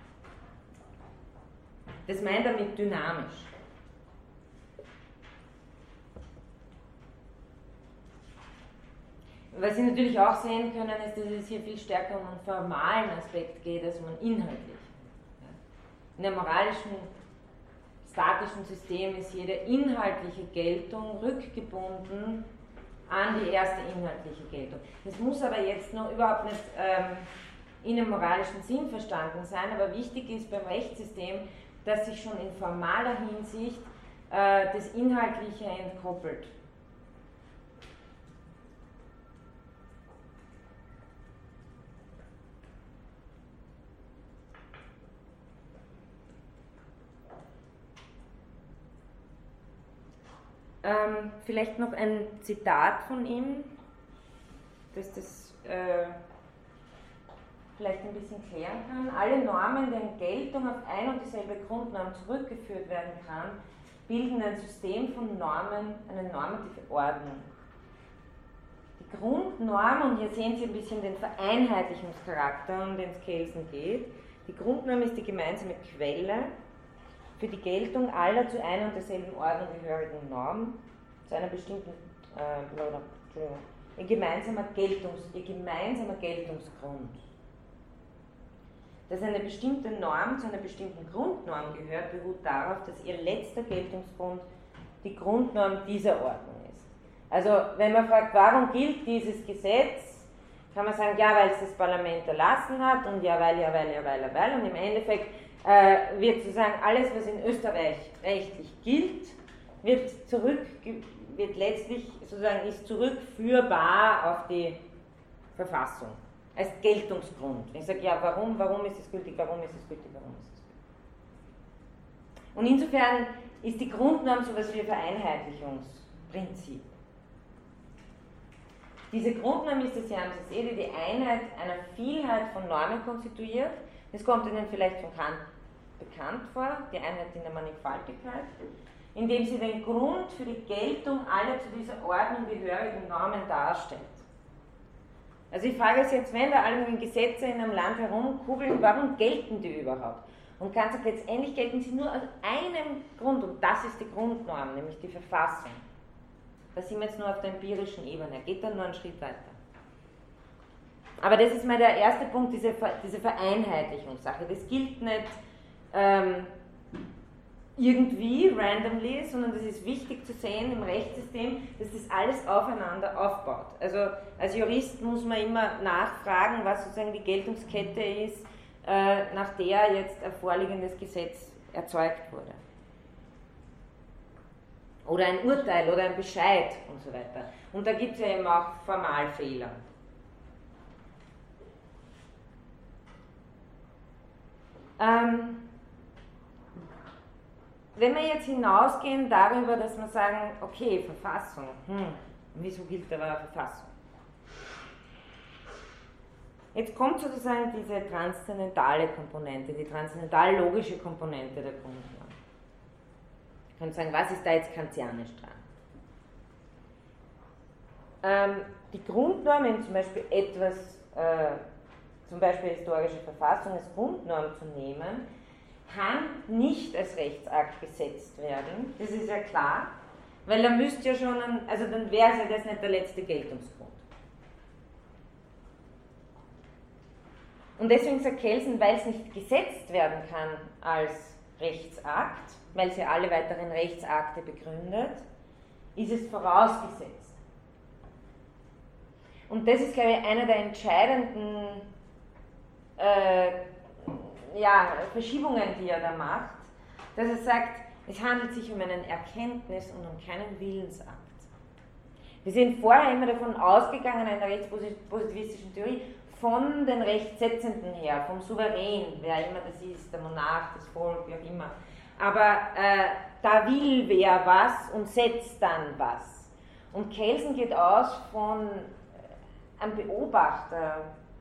Das meint er mit dynamisch. Was Sie natürlich auch sehen können, ist, dass es hier viel stärker um einen formalen Aspekt geht, als um einen inhaltlichen. In einem moralischen, statischen System ist jede inhaltliche Geltung rückgebunden an die erste inhaltliche Geltung. Das muss aber jetzt noch überhaupt nicht in einem moralischen Sinn verstanden sein, aber wichtig ist beim Rechtssystem, dass sich schon in formaler Hinsicht das Inhaltliche entkoppelt. Vielleicht noch ein Zitat von ihm, das das vielleicht ein bisschen klären kann. Alle Normen, deren Geltung auf ein und dieselbe Grundnorm zurückgeführt werden kann, bilden ein System von Normen, eine normative Ordnung. Die Grundnorm, und hier sehen Sie ein bisschen den Vereinheitlichungscharakter, um den es Kelsen geht, die Grundnorm ist die gemeinsame Quelle für die Geltung aller zu einer und derselben Ordnung gehörigen Normen, zu einer bestimmten, ihr gemeinsamer Geltungsgrund. Dass eine bestimmte Norm zu einer bestimmten Grundnorm gehört, beruht darauf, dass ihr letzter Geltungsgrund die Grundnorm dieser Ordnung ist. Also, wenn man fragt, warum gilt dieses Gesetz, kann man sagen, ja, weil es das Parlament erlassen hat und ja, weil, und im Endeffekt wird sozusagen alles, was in Österreich rechtlich gilt, wird letztlich sozusagen ist zurückführbar auf die Verfassung als Geltungsgrund. Ich sage, ja, warum ist es gültig, warum ist es gültig. Und insofern ist die Grundnorm so etwas wie ein Vereinheitlichungsprinzip. Diese Grundnorm ist es, Sie haben es die Einheit einer Vielheit von Normen konstituiert. Das kommt Ihnen vielleicht von Kant bekannt vor, die Einheit in der Mannigfaltigkeit, indem sie den Grund für die Geltung aller zu dieser Ordnung gehörigen Normen darstellt. Also ich frage es jetzt, wenn da alle möglichen Gesetze in einem Land herumkugeln, warum gelten die überhaupt? Und Kant sagt, letztendlich gelten sie nur aus einem Grund, und das ist die Grundnorm, nämlich die Verfassung. Da sind wir jetzt nur auf der empirischen Ebene, er geht dann nur einen Schritt weiter. Aber das ist mal der erste Punkt, diese Vereinheitlichungssache. Das gilt nicht irgendwie randomly, sondern das ist wichtig zu sehen im Rechtssystem, dass das alles aufeinander aufbaut. Also als Jurist muss man immer nachfragen, was sozusagen die Geltungskette ist, nach der jetzt ein vorliegendes Gesetz erzeugt wurde. Oder ein Urteil oder ein Bescheid und so weiter. Und da gibt es ja eben auch Formalfehler. Wenn wir jetzt hinausgehen darüber, dass wir sagen, okay, Verfassung, wieso gilt aber eine Verfassung? Jetzt kommt sozusagen diese transzendentale Komponente, die transzendental-logische Komponente der Grundnorm. Ich kann sagen, was ist da jetzt kantianisch dran? Die Grundnorm, wenn zum Beispiel etwas, zum Beispiel historische Verfassung als Grundnorm zu nehmen, kann nicht als Rechtsakt gesetzt werden, das ist ja klar, Weil er müsste ja schon, also dann wäre es ja das nicht der letzte Geltungsgrund. Und deswegen sagt Kelsen, weil es nicht gesetzt werden kann als Rechtsakt, weil sie alle weiteren Rechtsakte begründet, ist es vorausgesetzt. Und das ist, glaube ich, einer der entscheidenden Verschiebungen, die er da macht, dass er sagt, es handelt sich um einen Erkenntnis- und um keinen Willensakt. Wir sind vorher immer davon ausgegangen, in der rechtspositivistischen Theorie, von den Rechtssetzenden her, vom Souverän, wer immer das ist, der Monarch, das Volk, wie auch immer. Aber da will wer was und setzt dann was. Und Kelsen geht aus von einem Beobachter,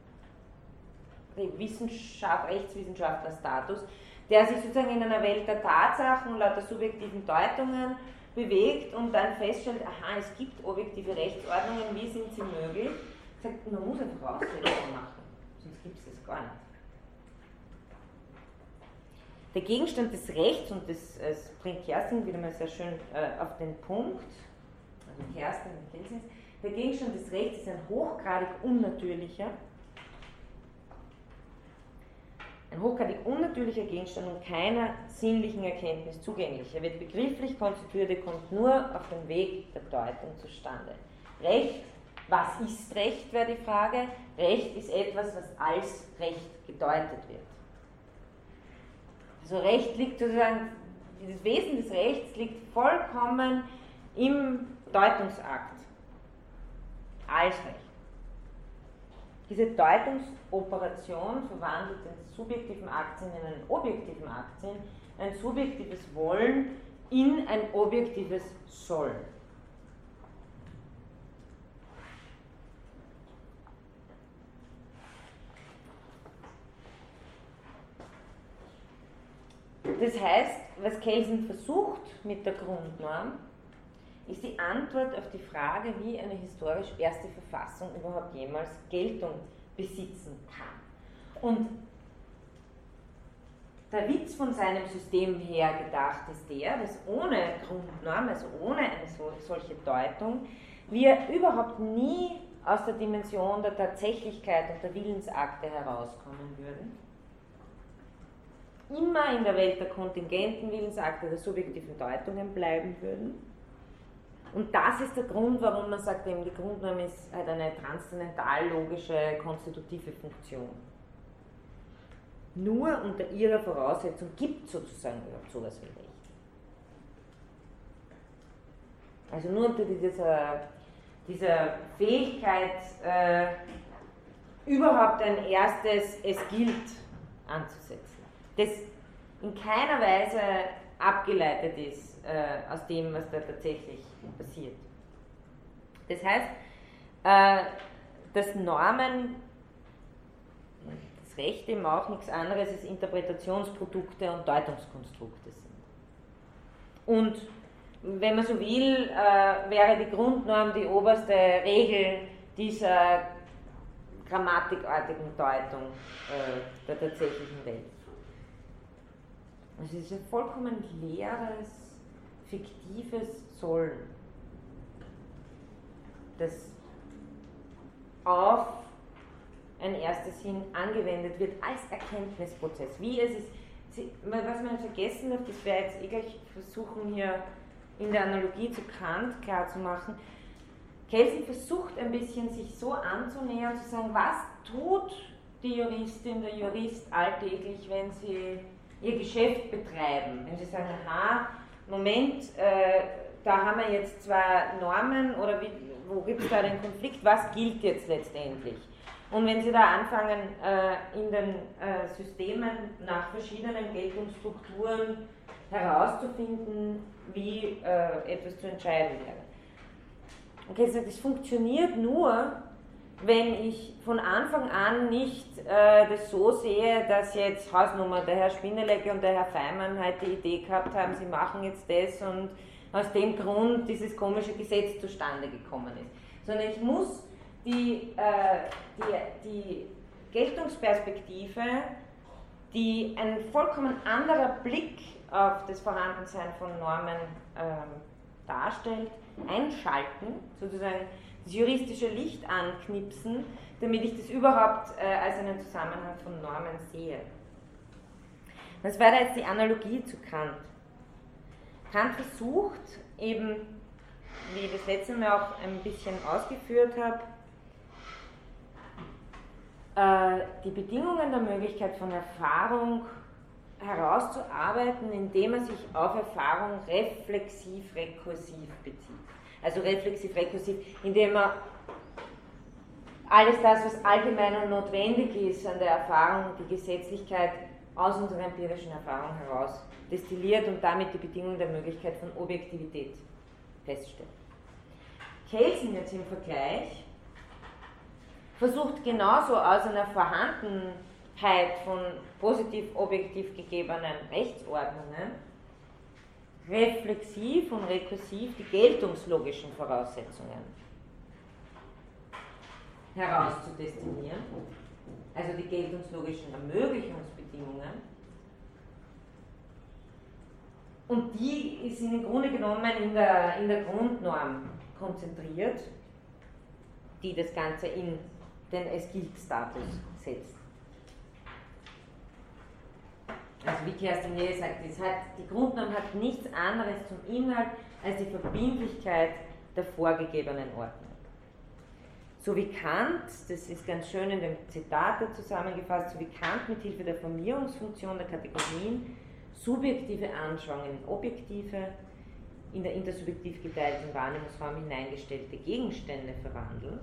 Rechtswissenschaftler-Status, der sich sozusagen in einer Welt der Tatsachen und lauter subjektiven Deutungen bewegt und dann feststellt, aha, es gibt objektive Rechtsordnungen, wie sind sie möglich? Sagt, man muss eine Voraussetzung machen, sonst gibt es das gar nicht. Der Gegenstand des Rechts, und das bringt Kerstin wieder mal sehr schön auf den Punkt, also Kerstin und Kelsen, der Gegenstand des Rechts ist ein hochgradig unnatürlicher Gegenstand und keiner sinnlichen Erkenntnis zugänglich. Er wird begrifflich konstituiert, er kommt nur auf dem Weg der Deutung zustande. Recht, was ist Recht, wäre die Frage. Recht ist etwas, was als Recht gedeutet wird. Also Recht liegt sozusagen, das Wesen des Rechts liegt vollkommen im Deutungsakt als Recht. Diese Deutungsoperation verwandelt den subjektiven Aktsinn in einen objektiven Aktsinn, ein subjektives Wollen in ein objektives Sollen. Das heißt, was Kelsen versucht mit der Grundnorm, ist die Antwort auf die Frage, wie eine historisch erste Verfassung überhaupt jemals Geltung besitzen kann. Und der Witz von seinem System her gedacht ist der, dass ohne Grundnorm, also ohne eine solche Deutung, wir überhaupt nie aus der Dimension der Tatsächlichkeit und der Willensakte herauskommen würden. Immer in der Welt der kontingenten Willensakte, der subjektiven Deutungen bleiben würden. Und das ist der Grund, warum man sagt, eben die Grundnorm ist halt eine transzendentallogische konstitutive Funktion. Nur unter ihrer Voraussetzung gibt es sozusagen überhaupt sowas wie Recht. Also nur unter dieser Fähigkeit, überhaupt ein erstes Es gilt anzusetzen, das in keiner Weise abgeleitet ist aus dem, was da tatsächlich passiert. Das heißt, dass Normen, das Recht eben auch nichts anderes als Interpretationsprodukte und Deutungskonstrukte sind. Und wenn man so will, wäre die Grundnorm die oberste Regel dieser grammatikartigen Deutung der tatsächlichen Welt. Also es ist ein vollkommen leeres, fiktives Sollen, das auf ein erstes hin angewendet wird als Erkenntnisprozess. Wie es ist, was man vergessen darf, das werde ich jetzt gleich versuchen hier in der Analogie zu Kant klarzumachen. Kelsen versucht ein bisschen sich so anzunähern, zu sagen, was tut die Juristin, der Jurist alltäglich, wenn sie ihr Geschäft betreiben, wenn sie sagen, aha, Moment, da haben wir jetzt zwei Normen oder wo gibt es da den Konflikt, was gilt jetzt letztendlich? Und wenn Sie da anfangen, in den Systemen nach verschiedenen Geltungsstrukturen herauszufinden, wie etwas zu entscheiden wäre. Okay, das funktioniert nur, wenn ich von Anfang an nicht das so sehe, dass jetzt Hausnummer, der Herr Spinnelecke und der Herr Feimann halt die Idee gehabt haben, sie machen jetzt das und aus dem Grund dieses komische Gesetz zustande gekommen ist. Sondern ich muss die Geltungsperspektive, die ein vollkommen anderer Blick auf das Vorhandensein von Normen darstellt, einschalten, sozusagen das juristische Licht anknipsen, damit ich das überhaupt als einen Zusammenhang von Normen sehe. Was war da jetzt die Analogie zu Kant? Kant versucht eben, wie ich das letzte Mal auch ein bisschen ausgeführt habe, die Bedingungen der Möglichkeit von Erfahrung herauszuarbeiten, indem er sich auf Erfahrung reflexiv-rekursiv bezieht. Also reflexiv-rekursiv, indem er alles das, was allgemein und notwendig ist an der Erfahrung, die Gesetzlichkeit aus unserer empirischen Erfahrung heraus destilliert und damit die Bedingung der Möglichkeit von Objektivität feststellt. Kelsen jetzt im Vergleich versucht genauso aus einer Vorhandenheit von positiv-objektiv gegebenen Rechtsordnungen reflexiv und rekursiv die geltungslogischen Voraussetzungen herauszudestillieren, also die geltungslogischen Ermöglichungsbedingungen. Und die sind im Grunde genommen in der Grundnorm konzentriert, die das Ganze in den Es-gilt-Status setzt. Also wie Kerstin Nele sagt, die Grundnorm hat nichts anderes zum Inhalt als die Verbindlichkeit der vorgegebenen Ordnung. So wie Kant, das ist ganz schön in dem Zitat zusammengefasst, so wie Kant mit Hilfe der Formierungsfunktion der Kategorien subjektive Anschauungen in objektive, in der intersubjektiv geteilten Wahrnehmungsraum hineingestellte Gegenstände verwandelt.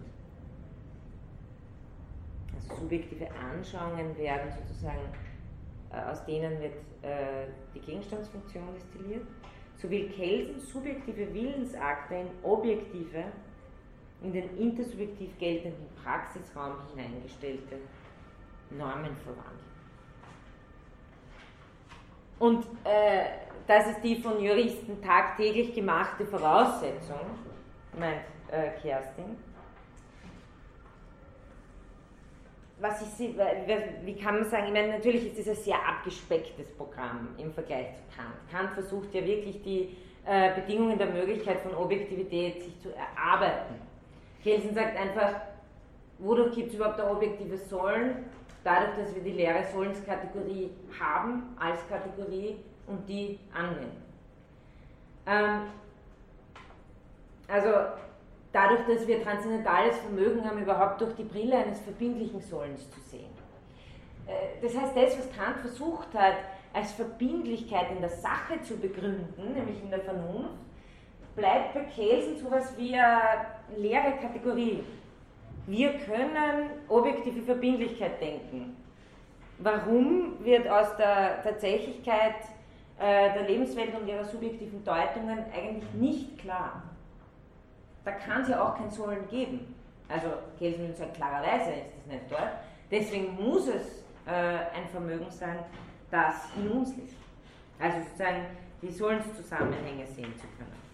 Also subjektive Anschauungen werden sozusagen, aus denen wird die Gegenstandsfunktion destilliert. So will Kelsen subjektive Willensakte in objektive, in den intersubjektiv geltenden Praxisraum hineingestellte Normen verwandeln. Und das ist die von Juristen tagtäglich gemachte Voraussetzung, meint Kerstin. Wie kann man sagen, ich meine, natürlich ist das ein sehr abgespecktes Programm im Vergleich zu Kant. Kant versucht ja wirklich die Bedingungen der Möglichkeit von Objektivität sich zu erarbeiten. Kelsen sagt einfach, wodurch gibt es überhaupt ein objektives Sollen? Dadurch, dass wir die leere Sollenskategorie haben als Kategorie und die anwenden. Also dadurch, dass wir transzendentales Vermögen haben, überhaupt durch die Brille eines verbindlichen Sollens zu sehen. Das heißt, das, was Kant versucht hat, als Verbindlichkeit in der Sache zu begründen, nämlich in der Vernunft, bleibt bei Kelsen so etwas wie eine leere Kategorie. Wir können objektive Verbindlichkeit denken. Warum wird aus der Tatsächlichkeit der Lebenswelt und ihrer subjektiven Deutungen eigentlich nicht klar? Da kann es ja auch kein Sollen geben. Also Kelsen sagt, klarerweise ist das nicht dort. Deswegen muss es ein Vermögen sein, das in uns liegt. Also sozusagen die Sollenszusammenhänge sehen zu können.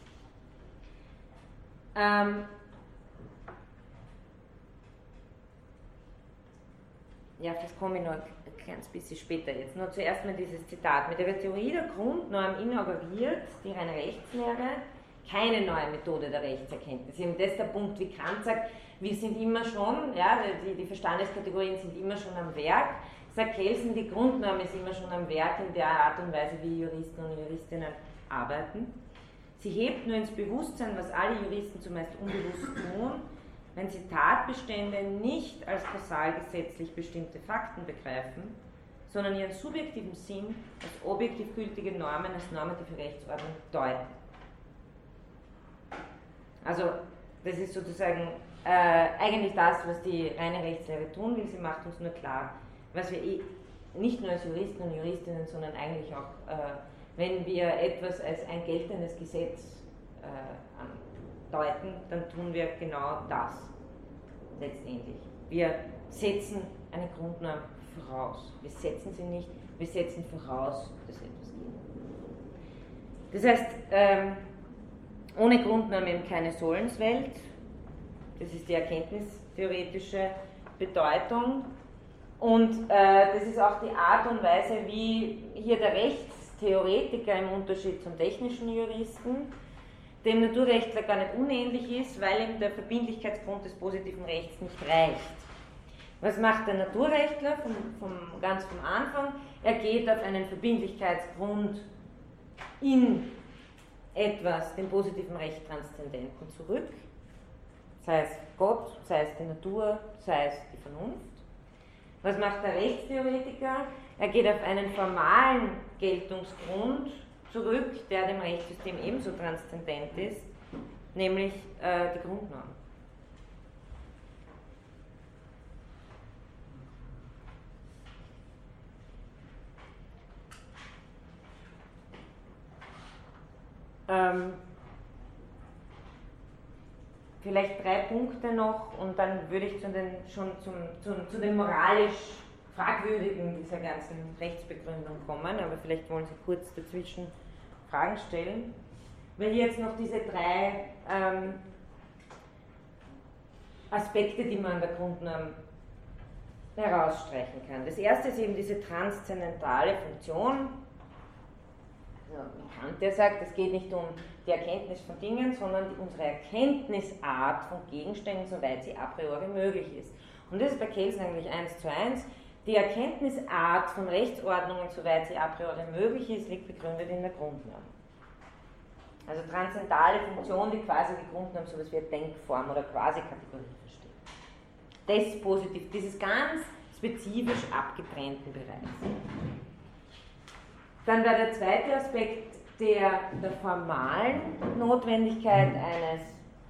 Ja, das komme ich noch ein kleines bisschen später jetzt. Nur zuerst mal dieses Zitat. Mit der Theorie der Grundnorm inauguriert die reine Rechtslehre keine neue Methode der Rechtserkenntnis. Eben das ist der Punkt, wie Kant sagt, wir sind immer schon, ja, die Verstandeskategorien sind immer schon am Werk. Sagt Kelsen, die Grundnorm ist immer schon am Werk in der Art und Weise, wie Juristen und Juristinnen arbeiten. Sie hebt nur ins Bewusstsein, was alle Juristen zumeist unbewusst tun, wenn sie Tatbestände nicht als kausalgesetzlich bestimmte Fakten begreifen, sondern ihren subjektiven Sinn als objektiv gültige Normen, als normative Rechtsordnung deuten. Also das ist sozusagen eigentlich das, was die reine Rechtslehre tun will. Sie macht uns nur klar, was wir nicht nur als Juristen und Juristinnen, sondern eigentlich auch, wenn wir etwas als ein geltendes Gesetz deuten, dann tun wir genau das letztendlich. Wir setzen eine Grundnorm voraus. Wir setzen sie nicht, wir setzen voraus, dass etwas geht. Das heißt, ohne Grundnorm eben keine Sollenswelt. Das ist die erkenntnistheoretische Bedeutung. Und das ist auch die Art und Weise, wie hier der Rechtstheoretiker im Unterschied zum technischen Juristen dem Naturrechtler gar nicht unähnlich ist, weil ihm der Verbindlichkeitsgrund des positiven Rechts nicht reicht. Was macht der Naturrechtler ganz vom Anfang? Er geht auf einen Verbindlichkeitsgrund in etwas, dem positiven Recht Transzendenten zurück, sei es Gott, sei es die Natur, sei es die Vernunft. Was macht der Rechtstheoretiker? Er geht auf einen formalen Geltungsgrund zurück, der dem Rechtssystem ebenso transzendent ist, nämlich die Grundnorm. Vielleicht 3 Punkte noch und dann würde ich zu den moralisch Fragwürdigen dieser ganzen Rechtsbegründung kommen, aber vielleicht wollen Sie kurz dazwischen Fragen stellen. Weil hier jetzt noch diese 3 Aspekte, die man an der Grundnorm herausstreichen kann. Das erste ist eben diese transzendentale Funktion. Also Kant, der sagt, es geht nicht um die Erkenntnis von Dingen, sondern unsere Erkenntnisart von Gegenständen, soweit sie a priori möglich ist. Und das ist bei Kelsen eigentlich 1:1. Die Erkenntnisart von Rechtsordnungen, soweit sie a priori möglich ist, liegt begründet in der Grundnorm. Also transzendentale Funktion, die quasi die Grundnorm so etwas wie eine Denkform oder Quasi-Kategorie versteht. Das ist positiv, dieses ganz spezifisch abgetrennten Bereichs. Dann war der zweite Aspekt der formalen Notwendigkeit eines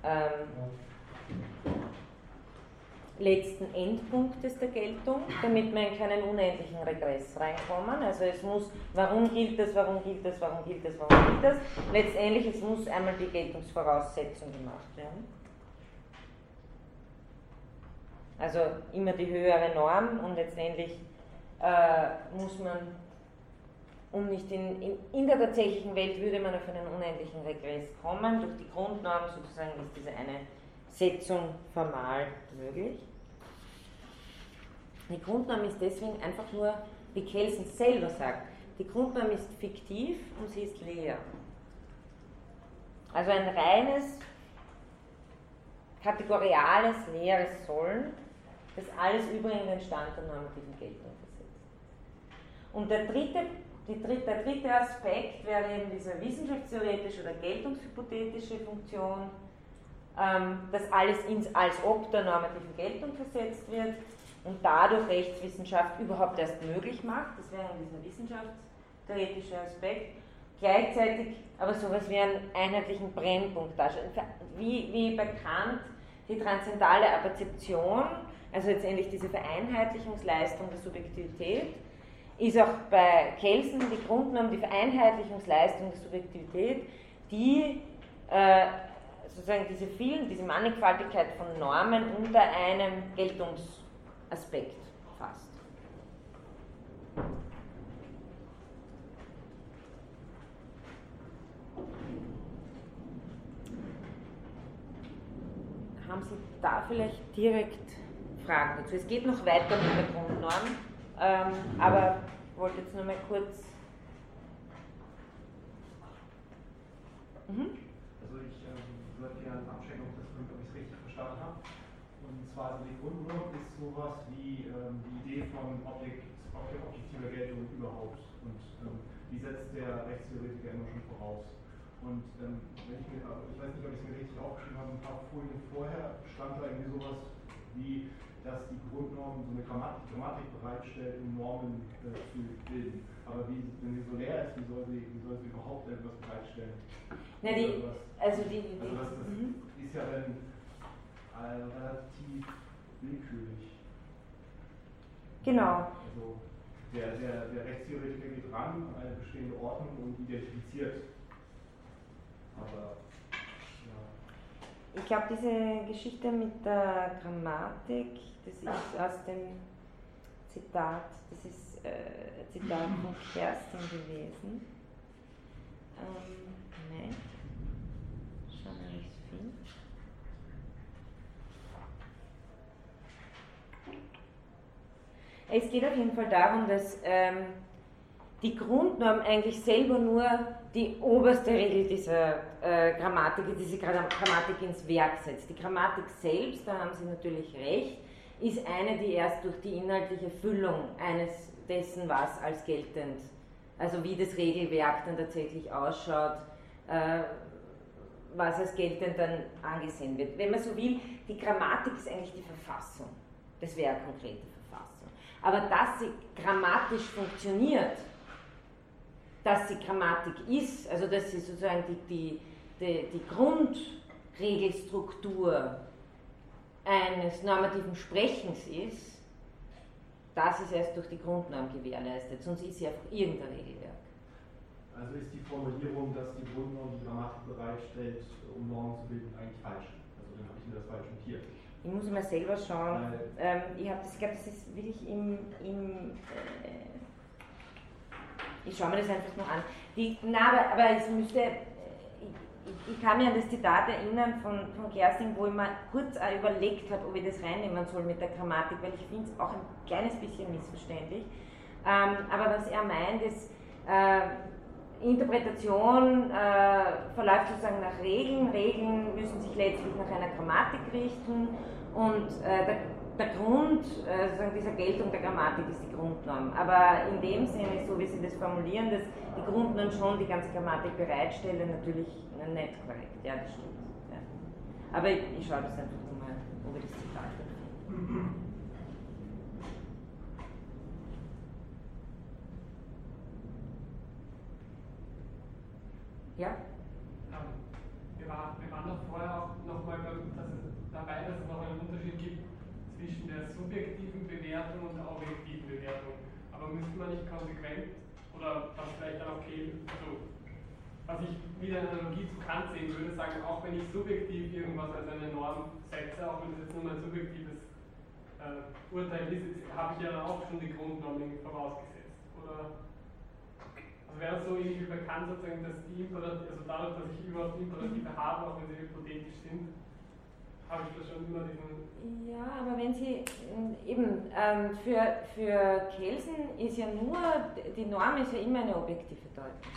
letzten Endpunktes der Geltung, damit wir in keinen unendlichen Regress reinkommen. Also es muss, warum gilt das, warum gilt das, warum gilt das, warum gilt das. Letztendlich, es muss einmal die Geltungsvoraussetzung gemacht werden. Also immer die höhere Norm und letztendlich muss man, nicht in der tatsächlichen Welt würde man auf einen unendlichen Regress kommen. Durch die Grundnorm sozusagen ist diese eine Setzung formal möglich. Die Grundnorm ist deswegen einfach nur, wie Kelsen selber sagt, die Grundnorm ist fiktiv und sie ist leer. Also ein reines, kategoriales, leeres Sollen, das alles übrigens in den Stand der normativen Geltung versetzt. Und der dritte Aspekt wäre eben diese wissenschaftstheoretische oder geltungshypothetische Funktion, dass alles als ob der normativen Geltung versetzt wird und dadurch Rechtswissenschaft überhaupt erst möglich macht. Das wäre dieser wissenschaftstheoretische Aspekt. Gleichzeitig aber sowas wie einen einheitlichen Brennpunkt darstellt. Wie bei Kant die transzendentale Apperzeption, also letztendlich diese Vereinheitlichungsleistung der Subjektivität, ist auch bei Kelsen die Grundnorm, die Vereinheitlichungsleistung der Subjektivität, die sozusagen diese Mannigfaltigkeit von Normen unter einem Geltungsaspekt fasst. Haben Sie da vielleicht direkt Fragen dazu? Es geht noch weiter mit der Grundnorm, aber ich wollte jetzt nur mal kurz. Also ich würde gerne abchecken, ob ich es richtig verstanden habe. Und zwar also die Grundnorm ist sowas wie die Idee von objektiver Geltung überhaupt. Und die setzt der Rechtstheoretiker immer schon voraus. Und ich weiß nicht, ob ich es mir richtig aufgeschrieben habe, ein paar Folien vorher stand da irgendwie sowas wie, dass die Grundnorm so eine Grammatik bereitstellt, um Normen zu bilden. Aber wenn sie so leer ist, wie soll sie überhaupt etwas bereitstellen? Na, das ist ja dann relativ willkürlich. Genau. Also der Rechtstheoretiker geht ran an eine bestehende Ordnung und identifiziert. Aber ja. Ich glaube, diese Geschichte mit der Grammatik, das ist aus dem Zitat, das ist Zitat von Kerstin gewesen. Moment. Schauen wir, wie ich es finde. Es geht auf jeden Fall darum, dass die Grundnorm eigentlich selber nur die oberste Regel dieser Grammatik, diese Grammatik ins Werk setzt. Die Grammatik selbst, da haben Sie natürlich recht, ist eine, die erst durch die inhaltliche Füllung eines dessen, was als geltend, also wie das Regelwerk dann tatsächlich ausschaut, was als geltend dann angesehen wird. Wenn man so will, die Grammatik ist eigentlich die Verfassung, das wäre eine konkrete Verfassung. Aber dass sie grammatisch funktioniert, dass sie Grammatik ist, also dass sie sozusagen die Grundregelstruktur eines normativen Sprechens ist, das ist erst durch die Grundnorm gewährleistet, sonst ist sie einfach irgendein Regelwerk. Also ist die Formulierung, dass die Grundnorm die Grammatik bereitstellt, um Normen zu bilden, eigentlich falsch? Also dann habe ich mir das falsch notiert. Ich muss mal selber schauen. Ich glaube, das ist wirklich ich schaue mir das einfach noch an. Aber es müsste, ich kann mich an das Zitat erinnern von Kersting, wo ich mir kurz auch überlegt habe, ob ich das reinnehmen soll mit der Grammatik, weil ich finde es auch ein kleines bisschen missverständlich. Aber was er meint, ist, Interpretation verläuft sozusagen nach Regeln. Regeln müssen sich letztlich nach einer Grammatik richten und der Grund sozusagen dieser Geltung der Grammatik ist die Grundnorm. Aber in dem Sinne, so wie Sie das formulieren, dass die Grundnorm schon die ganze Grammatik bereitstellen, natürlich nicht korrekt. Ja, das stimmt. Ja. Aber ich schaue das einfach mal, ob ich das Zitat finde. Ja? Wir waren doch vorher auch nochmal dabei, dass es noch einen Unterschied gibt zwischen der subjektiven Bewertung und der objektiven Bewertung. Aber müsste man nicht konsequent, oder was vielleicht dann auch was ich wie eine Analogie zu Kant sehen würde, sagen, auch wenn ich subjektiv irgendwas als eine Norm setze, auch wenn es jetzt nur mein subjektives Urteil ist, habe ich ja dann auch schon die Grundnorm vorausgesetzt. Oder? Also wäre es so ähnlich wie bei Kant sozusagen, dass die Imperative, also dadurch, dass ich überhaupt Imperative habe, auch wenn sie hypothetisch sind, habe ich da schon immer diesen... Ja, aber wenn Sie eben, für Kelsen ist ja nur, die Norm ist ja immer eine objektive Deutung.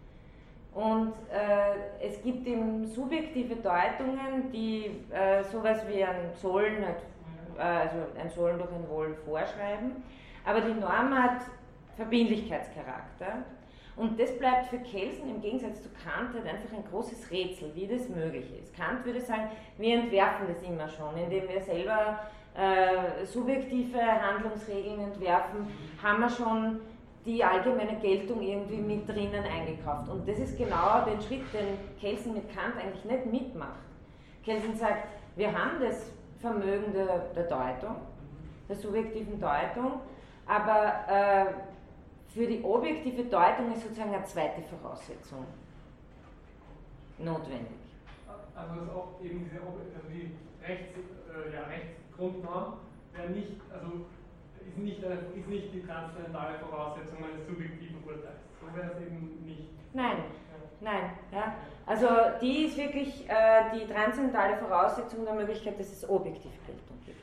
Und es gibt eben subjektive Deutungen, die sowas wie ein Sollen, also ein Sollen durch ein Wollen vorschreiben, aber die Norm hat Verbindlichkeitscharakter. Und das bleibt für Kelsen im Gegensatz zu Kant halt einfach ein großes Rätsel, wie das möglich ist. Kant würde sagen, wir entwerfen das immer schon, indem wir selber subjektive Handlungsregeln entwerfen, haben wir schon die allgemeine Geltung irgendwie mit drinnen eingekauft. Und das ist genau der Schritt, den Kelsen mit Kant eigentlich nicht mitmacht. Kelsen sagt, wir haben das Vermögen der Deutung, der subjektiven Deutung, aber für die objektive Deutung ist sozusagen eine zweite Voraussetzung notwendig. Also dass auch eben die Rechtsgrundnorm ist nicht die transzendentale Voraussetzung meines subjektiven Urteils. So wäre es eben nicht. Nein. Ja. Also die ist wirklich die transzendentale Voraussetzung der Möglichkeit, dass es objektive Geltung gibt.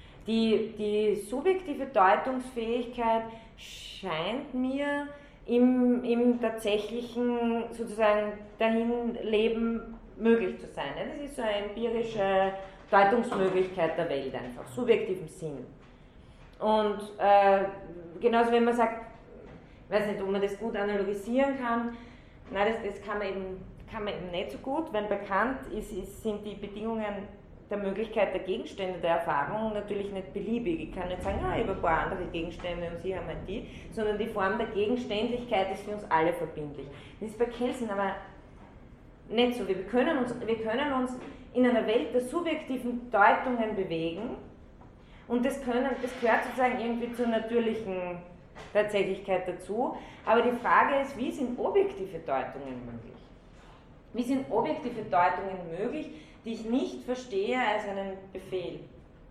Die subjektive Deutungsfähigkeit scheint mir im tatsächlichen sozusagen Dahinleben möglich zu sein. Das ist so eine empirische Deutungsmöglichkeit der Welt einfach, subjektiven Sinn. Und genauso wenn man sagt, ich weiß nicht, ob man das gut analogisieren kann, nein, das kann man eben nicht so gut, weil bekannt sind die Bedingungen der Möglichkeit der Gegenstände der Erfahrung natürlich nicht beliebig. Ich kann nicht sagen, ich habe ein paar andere Gegenstände und Sie haben halt die, sondern die Form der Gegenständlichkeit ist für uns alle verbindlich. Das ist bei Kelsen aber nicht so. Wir können uns in einer Welt der subjektiven Deutungen bewegen und das gehört sozusagen irgendwie zur natürlichen Tatsächlichkeit dazu. Aber die Frage ist, wie sind objektive Deutungen möglich? Wie sind objektive Deutungen möglich, die ich nicht verstehe als einen Befehl?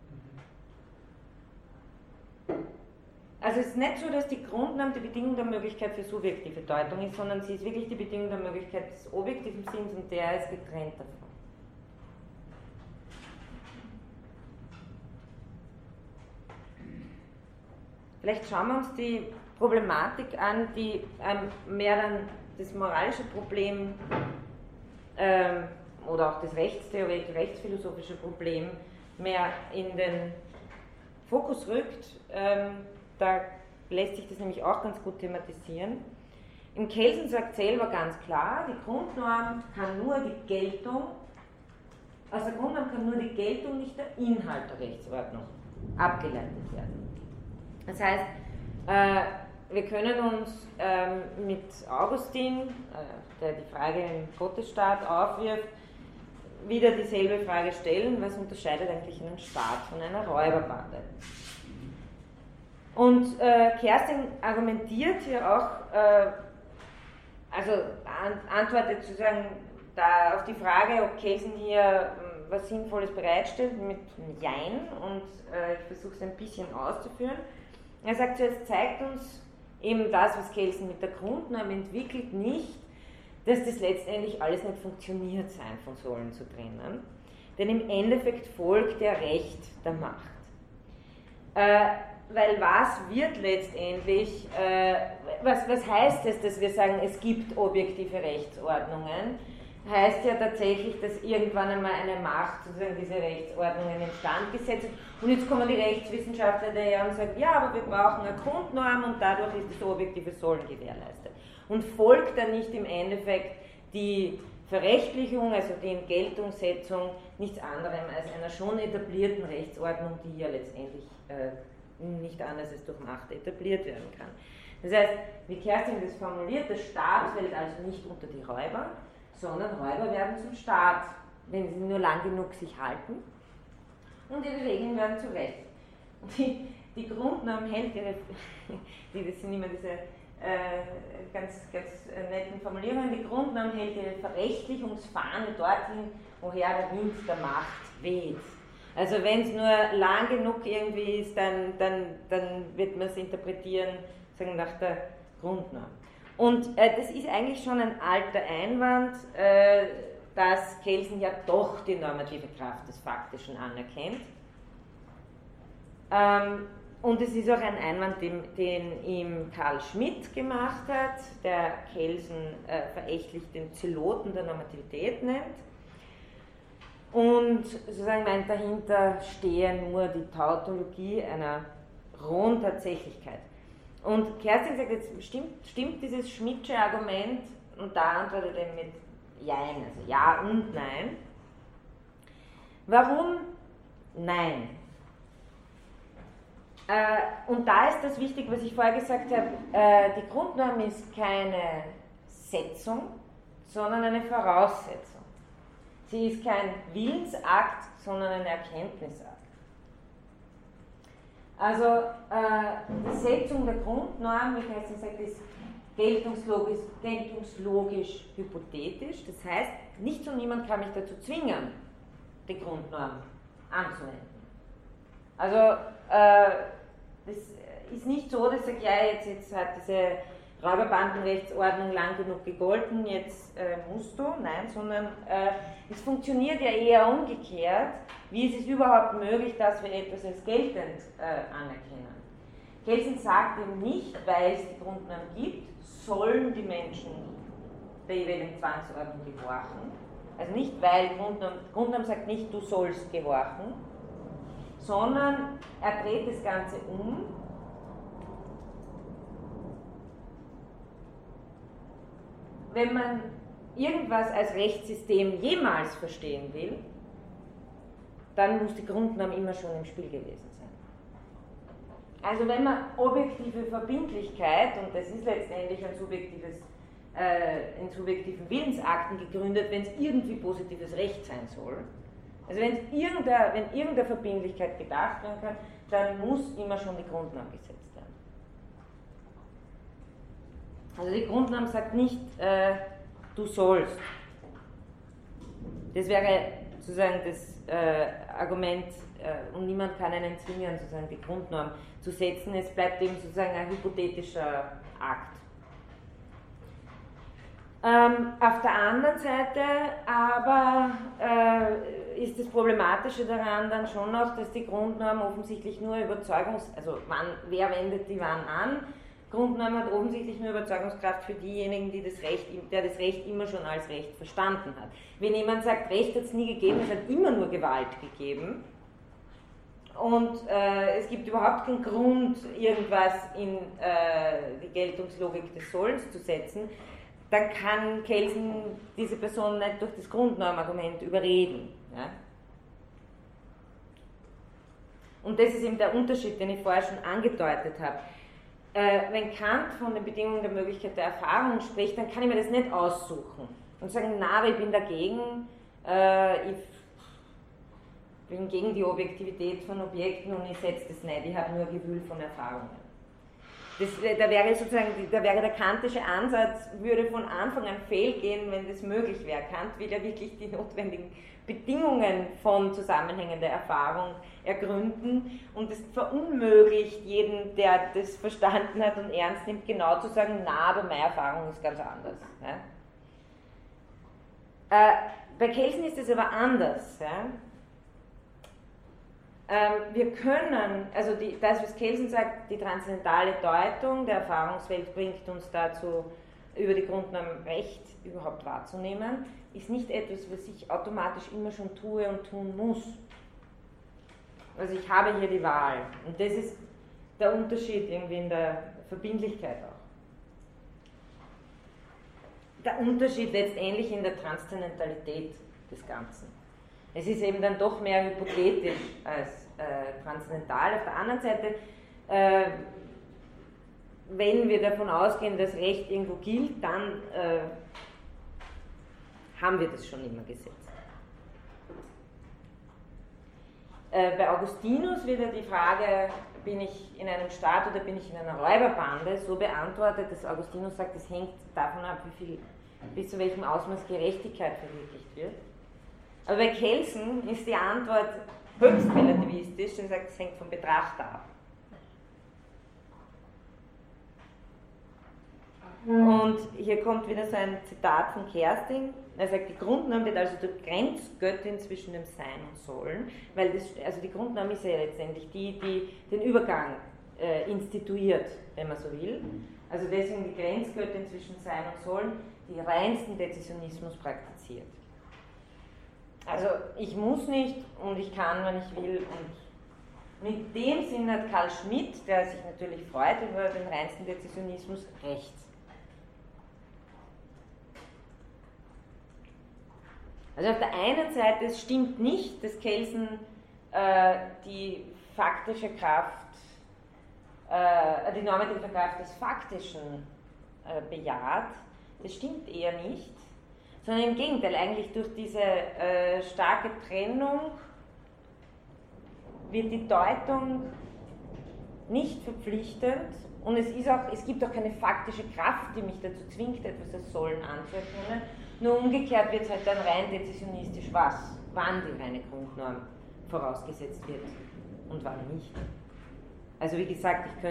Also es ist nicht so, dass die Grundnorm die Bedingung der Möglichkeit für subjektive Deutung ist, sondern sie ist wirklich die Bedingung der Möglichkeit des objektiven Sinns und der ist getrennt davon. vielleicht schauen wir uns die Problematik an, die mehr dann das moralische Problem oder auch das rechtsphilosophische Problem mehr in den Fokus rückt. Da lässt sich das nämlich auch ganz gut thematisieren. Im Kelsen sagt selber ganz klar, die Grundnorm kann nur die Geltung, aus der Grundnorm kann nur die Geltung, nicht der Inhalt der Rechtsordnung abgeleitet werden. Das heißt, wir können uns mit Augustin, der die Frage im Gottesstaat aufwirft, wieder dieselbe Frage stellen, was unterscheidet eigentlich einen Staat von einer Räuberbande? Und Kersting argumentiert hier auch, also antwortet sozusagen da auf die Frage, ob Kelsen hier was Sinnvolles bereitstellt, mit Jein, und ich versuche es ein bisschen auszuführen. Er sagt zuerst, zeigt uns eben das, was Kelsen mit der Grundnorm entwickelt, nicht, dass das letztendlich alles nicht funktioniert, Sein von Sollen zu trennen, denn im Endeffekt folgt der Recht der Macht. Weil was wird letztendlich, was heißt es, dass wir sagen, es gibt objektive Rechtsordnungen? Heißt ja tatsächlich, dass irgendwann einmal eine Macht sozusagen diese Rechtsordnungen instand gesetzt hat. Und jetzt kommen die Rechtswissenschaftler daher und sagen, ja, aber wir brauchen eine Grundnorm und dadurch ist das objektive Sollen gewährleistet. Und folgt dann nicht im Endeffekt die Verrechtlichung, also die Ingeltungssetzung, nichts anderem als einer schon etablierten Rechtsordnung, die ja letztendlich nicht anders als durch Macht etabliert werden kann. Das heißt, wie Kersting das formuliert, der Staat fällt also nicht unter die Räuber, sondern Räuber werden zum Staat, wenn sie nur lang genug sich halten, und ihre Regeln werden zu Recht. Die Grundnorm hält ihre, das sind immer diese ganz netten Formulierungen, die Grundnorm hält ihre Verrechtlichungsfahne dorthin, woher der Wind der Macht weht. Also wenn es nur lang genug irgendwie ist, dann wird man es interpretieren, sagen, nach der Grundnorm. Und das ist eigentlich schon ein alter Einwand, dass Kelsen ja doch die normative Kraft des Faktischen anerkennt. Und es ist auch ein Einwand, den ihm Karl Schmidt gemacht hat, der Kelsen verächtlich den Zeloten der Normativität nennt. Und sozusagen meint, dahinter stehe nur die Tautologie einer rohen Tatsächlichkeit. Und Kersting sagt jetzt, stimmt dieses Schmidtsche Argument? Und da antwortet er mit Jein, also Ja und Nein. Warum Nein? Und da ist das wichtig, was ich vorher gesagt habe, die Grundnorm ist keine Setzung, sondern eine Voraussetzung. Sie ist kein Willensakt, sondern ein Erkenntnisakt. Also die Setzung der Grundnorm, wie Kersting sagt, ist geltungslogisch hypothetisch. Das heißt, nichts und niemand kann mich dazu zwingen, die Grundnorm anzuwenden. Also das ist nicht so, dass ich sage, ja, jetzt hat diese Räuberbandenrechtsordnung lang genug gegolten, jetzt musst du, nein, sondern es funktioniert ja eher umgekehrt. Wie ist es überhaupt möglich, dass wir etwas als geltend anerkennen? Kelsen sagt eben nicht, weil es die Grundnorm gibt, sollen die Menschen der jeweiligen Zwangsordnung gehorchen. Also nicht, weil Grundnorm sagt nicht, du sollst gehorchen, sondern er dreht das Ganze um. Wenn man irgendwas als Rechtssystem jemals verstehen will, dann muss die Grundnorm immer schon im Spiel gewesen sein. Also wenn man objektive Verbindlichkeit, und das ist letztendlich in subjektiven Willensakten gegründet, wenn es irgendwie positives Recht sein soll, also wenn irgendeine Verbindlichkeit gedacht werden kann, dann muss immer schon die Grundnorm gesetzt werden. Also die Grundnorm sagt nicht, du sollst. Das wäre sozusagen das Argument, und niemand kann einen zwingen, sozusagen die Grundnorm zu setzen. Es bleibt eben sozusagen ein hypothetischer Akt. Auf der anderen Seite aber ist das Problematische daran dann schon noch, dass die Grundnorm offensichtlich nur also wer wendet die wann an? Grundnorm hat offensichtlich nur Überzeugungskraft für diejenigen, der das Recht immer schon als Recht verstanden hat. Wenn jemand sagt, Recht hat es nie gegeben, es hat immer nur Gewalt gegeben und es gibt überhaupt keinen Grund, irgendwas in die Geltungslogik des Sollens zu setzen, dann kann Kelsen diese Person nicht durch das Grundnormargument überreden. Ja? Und das ist eben der Unterschied, den ich vorher schon angedeutet habe. Wenn Kant von den Bedingungen der Möglichkeit der Erfahrung spricht, dann kann ich mir das nicht aussuchen und sagen, na, ich bin dagegen, ich bin gegen die Objektivität von Objekten und ich setze das nicht, ich habe nur ein Gefühl von Erfahrungen. Da wäre der kantische Ansatz, würde von Anfang an fehlgehen, wenn das möglich wäre. Kant will ja wirklich die notwendigen Bedingungen von zusammenhängender Erfahrung ergründen und es verunmöglicht jeden, der das verstanden hat und ernst nimmt, genau zu sagen, na, aber meine Erfahrung ist ganz anders. Ja? Bei Kelsen ist es aber anders. Ja? Wir können, also das, was Kelsen sagt, die transzendentale Deutung der Erfahrungswelt bringt uns dazu, über die Grundnorm Recht überhaupt wahrzunehmen, ist nicht etwas, was ich automatisch immer schon tue und tun muss. Also ich habe hier die Wahl. Und das ist der Unterschied irgendwie in der Verbindlichkeit auch. Der Unterschied letztendlich in der Transzendentalität des Ganzen. Es ist eben dann doch mehr hypothetisch als transzendental. Auf der anderen Seite, wenn wir davon ausgehen, dass Recht irgendwo gilt, dann haben wir das schon immer gesetzt. Bei Augustinus wird ja die Frage, bin ich in einem Staat oder bin ich in einer Räuberbande, so beantwortet, dass Augustinus sagt, es hängt davon ab, bis zu welchem Ausmaß Gerechtigkeit verwirklicht wird. Aber bei Kelsen ist die Antwort höchst relativistisch, er sagt, es hängt vom Betrachter ab. Und hier kommt wieder so ein Zitat von Kersting, er sagt, die Grundnorm wird also zur Grenzgöttin zwischen dem Sein und Sollen, weil also die Grundnorm ist ja letztendlich die den Übergang instituiert, wenn man so will. Also deswegen die Grenzgöttin zwischen Sein und Sollen, die reinsten Dezisionismus praktiziert. Also ich muss nicht und ich kann, wenn ich will. Und mit dem Sinn hat Carl Schmitt, der sich natürlich freut über den reinsten Dezisionismus, recht. Also auf der einen Seite, es stimmt nicht, dass Kelsen die faktische Kraft, die normative Kraft des Faktischen bejaht. Das stimmt eher nicht. Sondern im Gegenteil, eigentlich durch diese starke Trennung wird die Deutung nicht verpflichtend und es gibt auch keine faktische Kraft, die mich dazu zwingt, etwas als Sollen anzuerkennen. Nur umgekehrt wird es halt dann rein dezisionistisch, wann die reine Grundnorm vorausgesetzt wird und wann nicht. Also wie gesagt, ich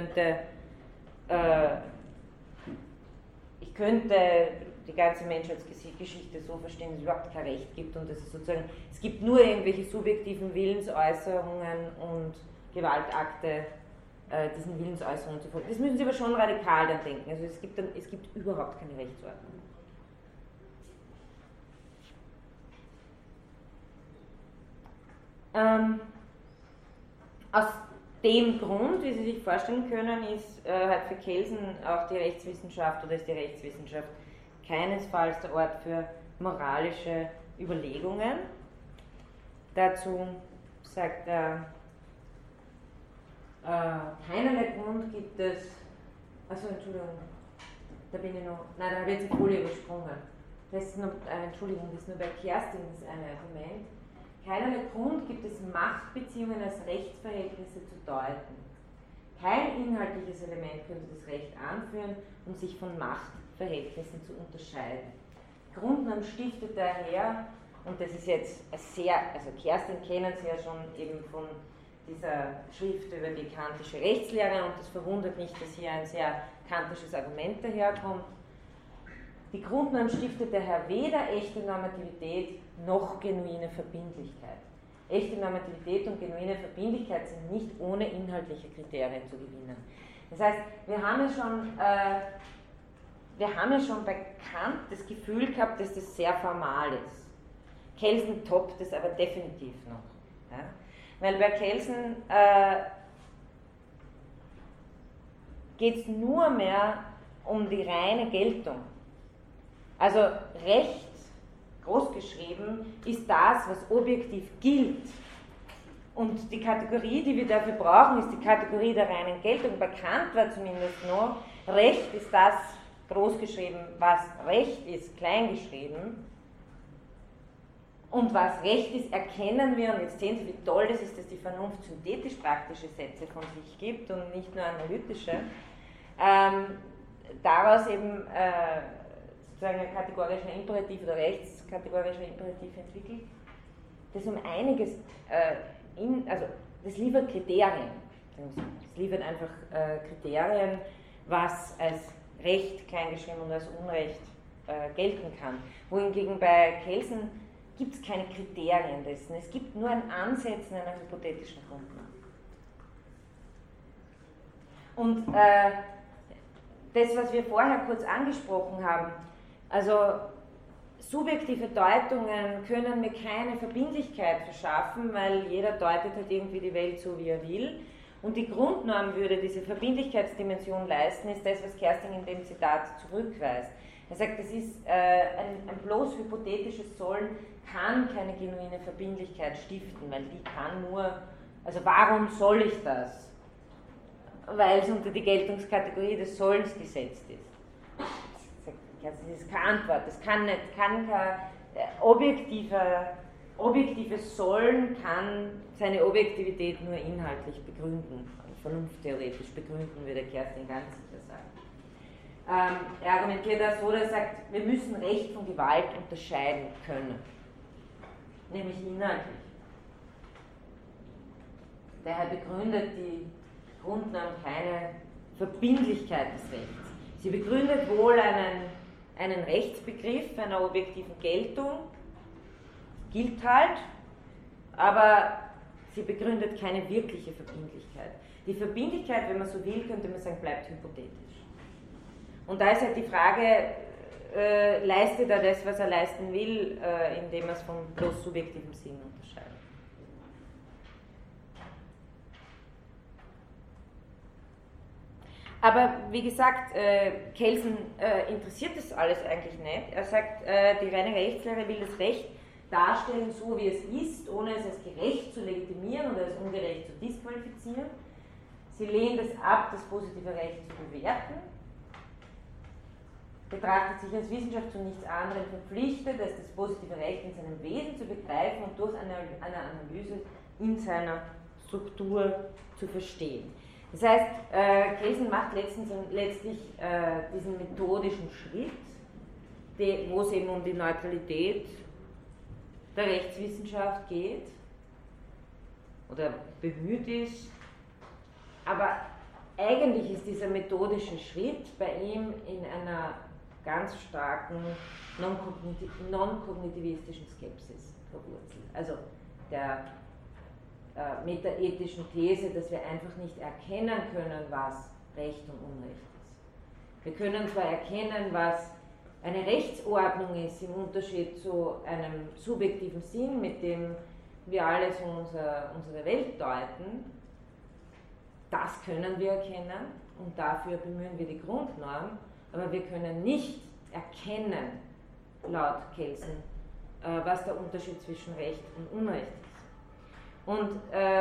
könnte die ganze Menschheitsgeschichte so verstehen, dass es überhaupt kein Recht gibt und dass es gibt nur irgendwelche subjektiven Willensäußerungen und Gewaltakte, diesen Willensäußerungen zu folgen. Das müssen Sie aber schon radikal dann denken. Also es gibt überhaupt keine Rechtsordnung. Aus dem Grund, wie Sie sich vorstellen können, hat für Kelsen auch die Rechtswissenschaft oder ist die Rechtswissenschaft keinesfalls der Ort für moralische Überlegungen. Dazu sagt er, keinerlei Grund gibt es, achso, Entschuldigung, da bin ich noch, nein, da habe ich jetzt eine Folie übersprungen. Das ist nur, Entschuldigung, das ist nur bei Kerstin das eine Argument. Keinerlei Grund gibt es Machtbeziehungen als Rechtsverhältnisse zu deuten. Kein inhaltliches Element könnte das Recht anführen, um sich von Machtverhältnissen zu unterscheiden. Grundnorm stiftet daher, und das ist jetzt also Kerstin kennen Sie ja schon eben von dieser Schrift über die kantische Rechtslehre und es verwundert nicht, dass hier ein sehr kantisches Argument daherkommt. Die Grundnorm stiftet daher weder echte Normativität noch genuine Verbindlichkeit. Echte Normativität und genuine Verbindlichkeit sind nicht ohne inhaltliche Kriterien zu gewinnen. Das heißt, wir haben ja schon bei Kant das Gefühl gehabt, dass das sehr formal ist. Kelsen toppt es aber definitiv noch. Ja? Weil bei Kelsen geht es nur mehr um die reine Geltung. Also Recht, großgeschrieben, ist das, was objektiv gilt. Und die Kategorie, die wir dafür brauchen, ist die Kategorie der reinen Geltung. Bei Kant war zumindest noch, Recht ist das, großgeschrieben, was Recht ist, kleingeschrieben. Und was Recht ist, erkennen wir, und jetzt sehen Sie, wie toll das ist, dass die Vernunft synthetisch-praktische Sätze von sich gibt und nicht nur analytische. Daraus eben sozusagen ein kategorischer Imperativ oder rechtskategorischer Imperativ entwickelt, das um einiges, das liefert Kriterien. Es liefert einfach Kriterien, was als Recht kleingeschrieben und als Unrecht gelten kann. Wohingegen bei Kelsen gibt es keine Kriterien dessen. Es gibt nur ein Ansetzen einer hypothetischen Grundnorm. Und das, was wir vorher kurz angesprochen haben, also subjektive Deutungen können mir keine Verbindlichkeit verschaffen, weil jeder deutet halt irgendwie die Welt so, wie er will. Und die Grundnorm würde diese Verbindlichkeitsdimension leisten, ist das, was Kersting in dem Zitat zurückweist. Er sagt, das ist ein bloß hypothetisches Sollen kann keine genuine Verbindlichkeit stiften, weil die kann nur, also warum soll ich das? Weil es unter die Geltungskategorie des Sollens gesetzt ist. Das ist keine Antwort, das kann kein objektives Sollen kann seine Objektivität nur inhaltlich begründen, vernunfttheoretisch begründen, würde Kersting ganz sicher sagen. Er argumentiert auch so, dass er sagt, wir müssen Recht von Gewalt unterscheiden können, nämlich inhaltlich. Daher begründet die Grundnorm keine Verbindlichkeit des Rechts. Sie begründet wohl einen Rechtsbegriff einer objektiven Geltung, gilt halt, aber sie begründet keine wirkliche Verbindlichkeit. Die Verbindlichkeit, wenn man so will, könnte man sagen, bleibt hypothetisch. Und da ist halt die Frage, leistet er das, was er leisten will, indem er es vom bloß subjektiven Sinn unterscheidet. Aber wie gesagt, Kelsen interessiert das alles eigentlich nicht. Er sagt, die reine Rechtslehre will das Recht darstellen, so wie es ist, ohne es als gerecht zu legitimieren oder als ungerecht zu disqualifizieren. Sie lehnt es ab, das positive Recht zu bewerten, betrachtet sich als Wissenschaft zu nichts anderem verpflichtet, als das positive Recht in seinem Wesen zu begreifen und durch eine Analyse in seiner Struktur zu verstehen. Das heißt, Kelsen macht letztlich diesen methodischen Schritt, wo es eben um die Neutralität der Rechtswissenschaft geht oder bemüht ist, aber eigentlich ist dieser methodische Schritt bei ihm in einer ganz starken non-kognitivistischen Skepsis verwurzelt. Also der metaethischen These, dass wir einfach nicht erkennen können, was Recht und Unrecht ist. Wir können zwar erkennen, was eine Rechtsordnung ist im Unterschied zu einem subjektiven Sinn, mit dem wir alle so unsere Welt deuten, das können wir erkennen und dafür bemühen wir die Grundnorm, aber wir können nicht erkennen, laut Kelsen, was der Unterschied zwischen Recht und Unrecht ist. Und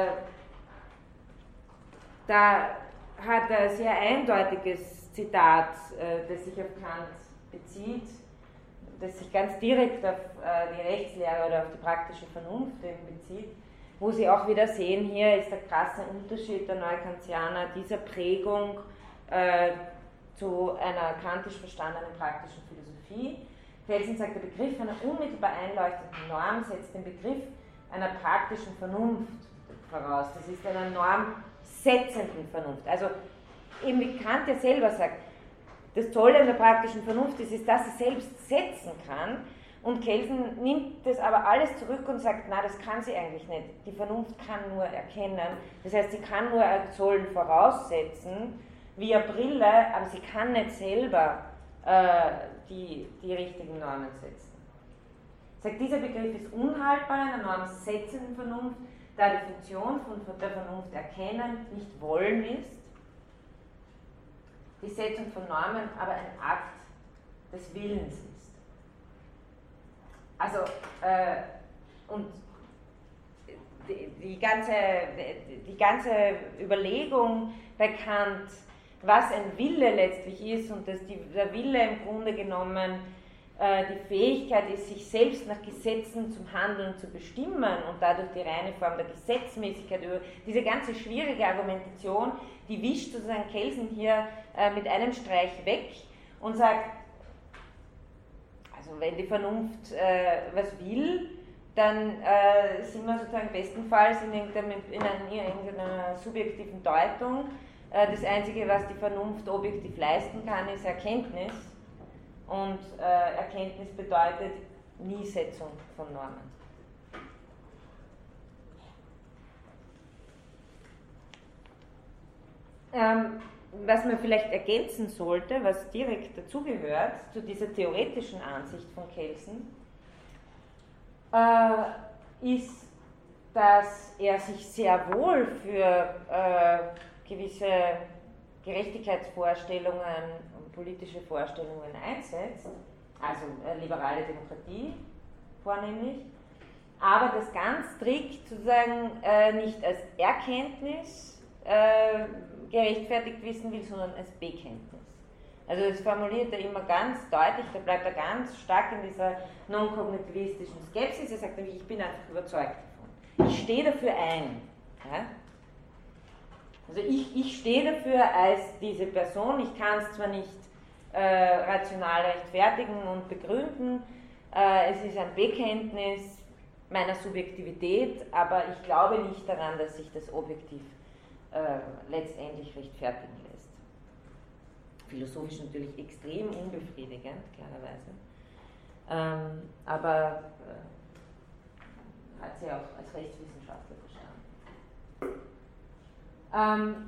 da hat er ein sehr eindeutiges Zitat, das sich auf Kant bezieht, das sich ganz direkt auf die Rechtslehre oder auf die praktische Vernunft bezieht, wo Sie auch wieder sehen, hier ist der krasse Unterschied der Neukantianer dieser Prägung zu einer kantisch verstandenen praktischen Philosophie. Kelsen sagt, der Begriff einer unmittelbar einleuchtenden Norm setzt den Begriff einer praktischen Vernunft voraus. Das ist einer normsetzenden Vernunft. Also eben wie Kant ja selber sagt, das Tolle an der praktischen Vernunft ist, dass sie selbst setzen kann. Und Kelsen nimmt das aber alles zurück und sagt, na, das kann sie eigentlich nicht. Die Vernunft kann nur erkennen. Das heißt, sie kann nur sollen voraussetzen, wie eine Brille, aber sie kann nicht selber die richtigen Normen setzen. Sagt, dieser Begriff ist unhaltbar in einer normsetzenden Vernunft, da die Funktion von der Vernunft erkennen nicht wollen ist. Die Setzung von Normen aber ein Akt des Willens ist. Also, und die ganze Überlegung bei Kant, was ein Wille letztlich ist und dass der Wille im Grunde genommen die Fähigkeit ist, sich selbst nach Gesetzen zum Handeln zu bestimmen und dadurch die reine Form der Gesetzmäßigkeit über diese ganze schwierige Argumentation, die wischt sozusagen Kelsen hier mit einem Streich weg und sagt, also wenn die Vernunft was will, dann sind wir sozusagen bestenfalls in irgendeiner subjektiven Deutung. Das Einzige, was die Vernunft objektiv leisten kann, ist Erkenntnis. Und Erkenntnis bedeutet Niesetzung von Normen. Was man vielleicht ergänzen sollte, was direkt dazugehört, zu dieser theoretischen Ansicht von Kelsen, ist, dass er sich sehr wohl für gewisse Gerechtigkeitsvorstellungen und politische Vorstellungen einsetzt, also liberale Demokratie vornehmlich, aber das ganz strikt sozusagen nicht als Erkenntnis gerechtfertigt wissen will, sondern als Bekenntnis. Also das formuliert er immer ganz deutlich, da bleibt er ganz stark in dieser non-kognitivistischen Skepsis, er sagt nämlich, ich bin einfach überzeugt davon. Ich stehe dafür ein. Ja? Also ich stehe dafür als diese Person, ich kann es zwar nicht rational rechtfertigen und begründen, es ist ein Bekenntnis meiner Subjektivität, aber ich glaube nicht daran, dass sich das objektiv letztendlich rechtfertigen lässt. Philosophisch natürlich extrem unbefriedigend, klarerweise, aber hat sie auch als Rechtswissenschaftler verstanden.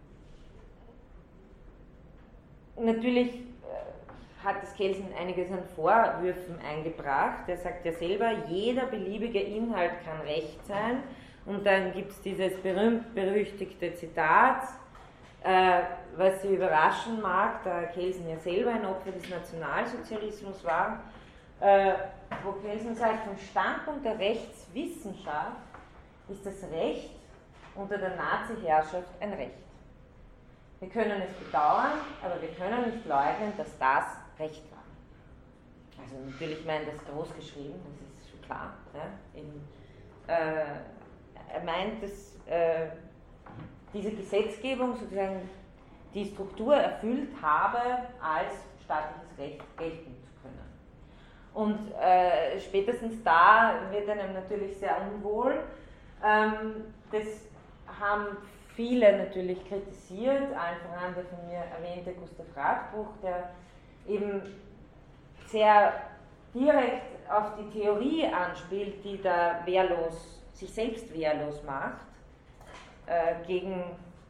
Natürlich hat das Kelsen einiges an Vorwürfen eingebracht. Er sagt ja selber, jeder beliebige Inhalt kann Recht sein. Und dann gibt es dieses berühmt-berüchtigte Zitat, was Sie überraschen mag, da Kelsen ja selber ein Opfer des Nationalsozialismus war, wo Kelsen sagt, vom Standpunkt der Rechtswissenschaft ist das Recht unter der Nazi-Herrschaft ein Recht. Wir können es bedauern, aber wir können nicht leugnen, dass das Recht war. Also natürlich meint das groß geschrieben, das ist schon klar. Ja? Er meint, dass diese Gesetzgebung sozusagen die Struktur erfüllt habe, als staatliches Recht gelten zu können. Und spätestens da wird einem natürlich sehr unwohl. Das haben viele natürlich kritisiert, allen voran der von mir erwähnte Gustav Radbruch, der eben sehr direkt auf die Theorie anspielt, die da sich selbst wehrlos macht, gegen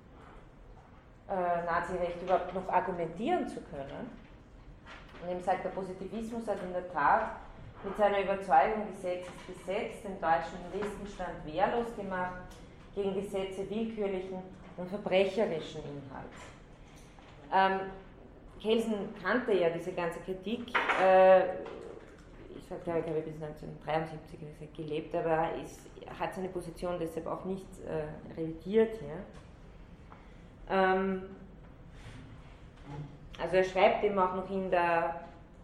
Nazirecht überhaupt noch argumentieren zu können. Und ihm sagt, der Positivismus hat in der Tat mit seiner Überzeugung, Gesetz ist Gesetz, den deutschen Listenstand wehrlos gemacht gegen Gesetze willkürlichen und verbrecherischen Inhalts. Kelsen kannte ja diese ganze Kritik, ich sagte ja, ich habe bis 1973 gelebt, aber er hat seine Position deshalb auch nicht revidiert hier. Also er schreibt eben auch noch in der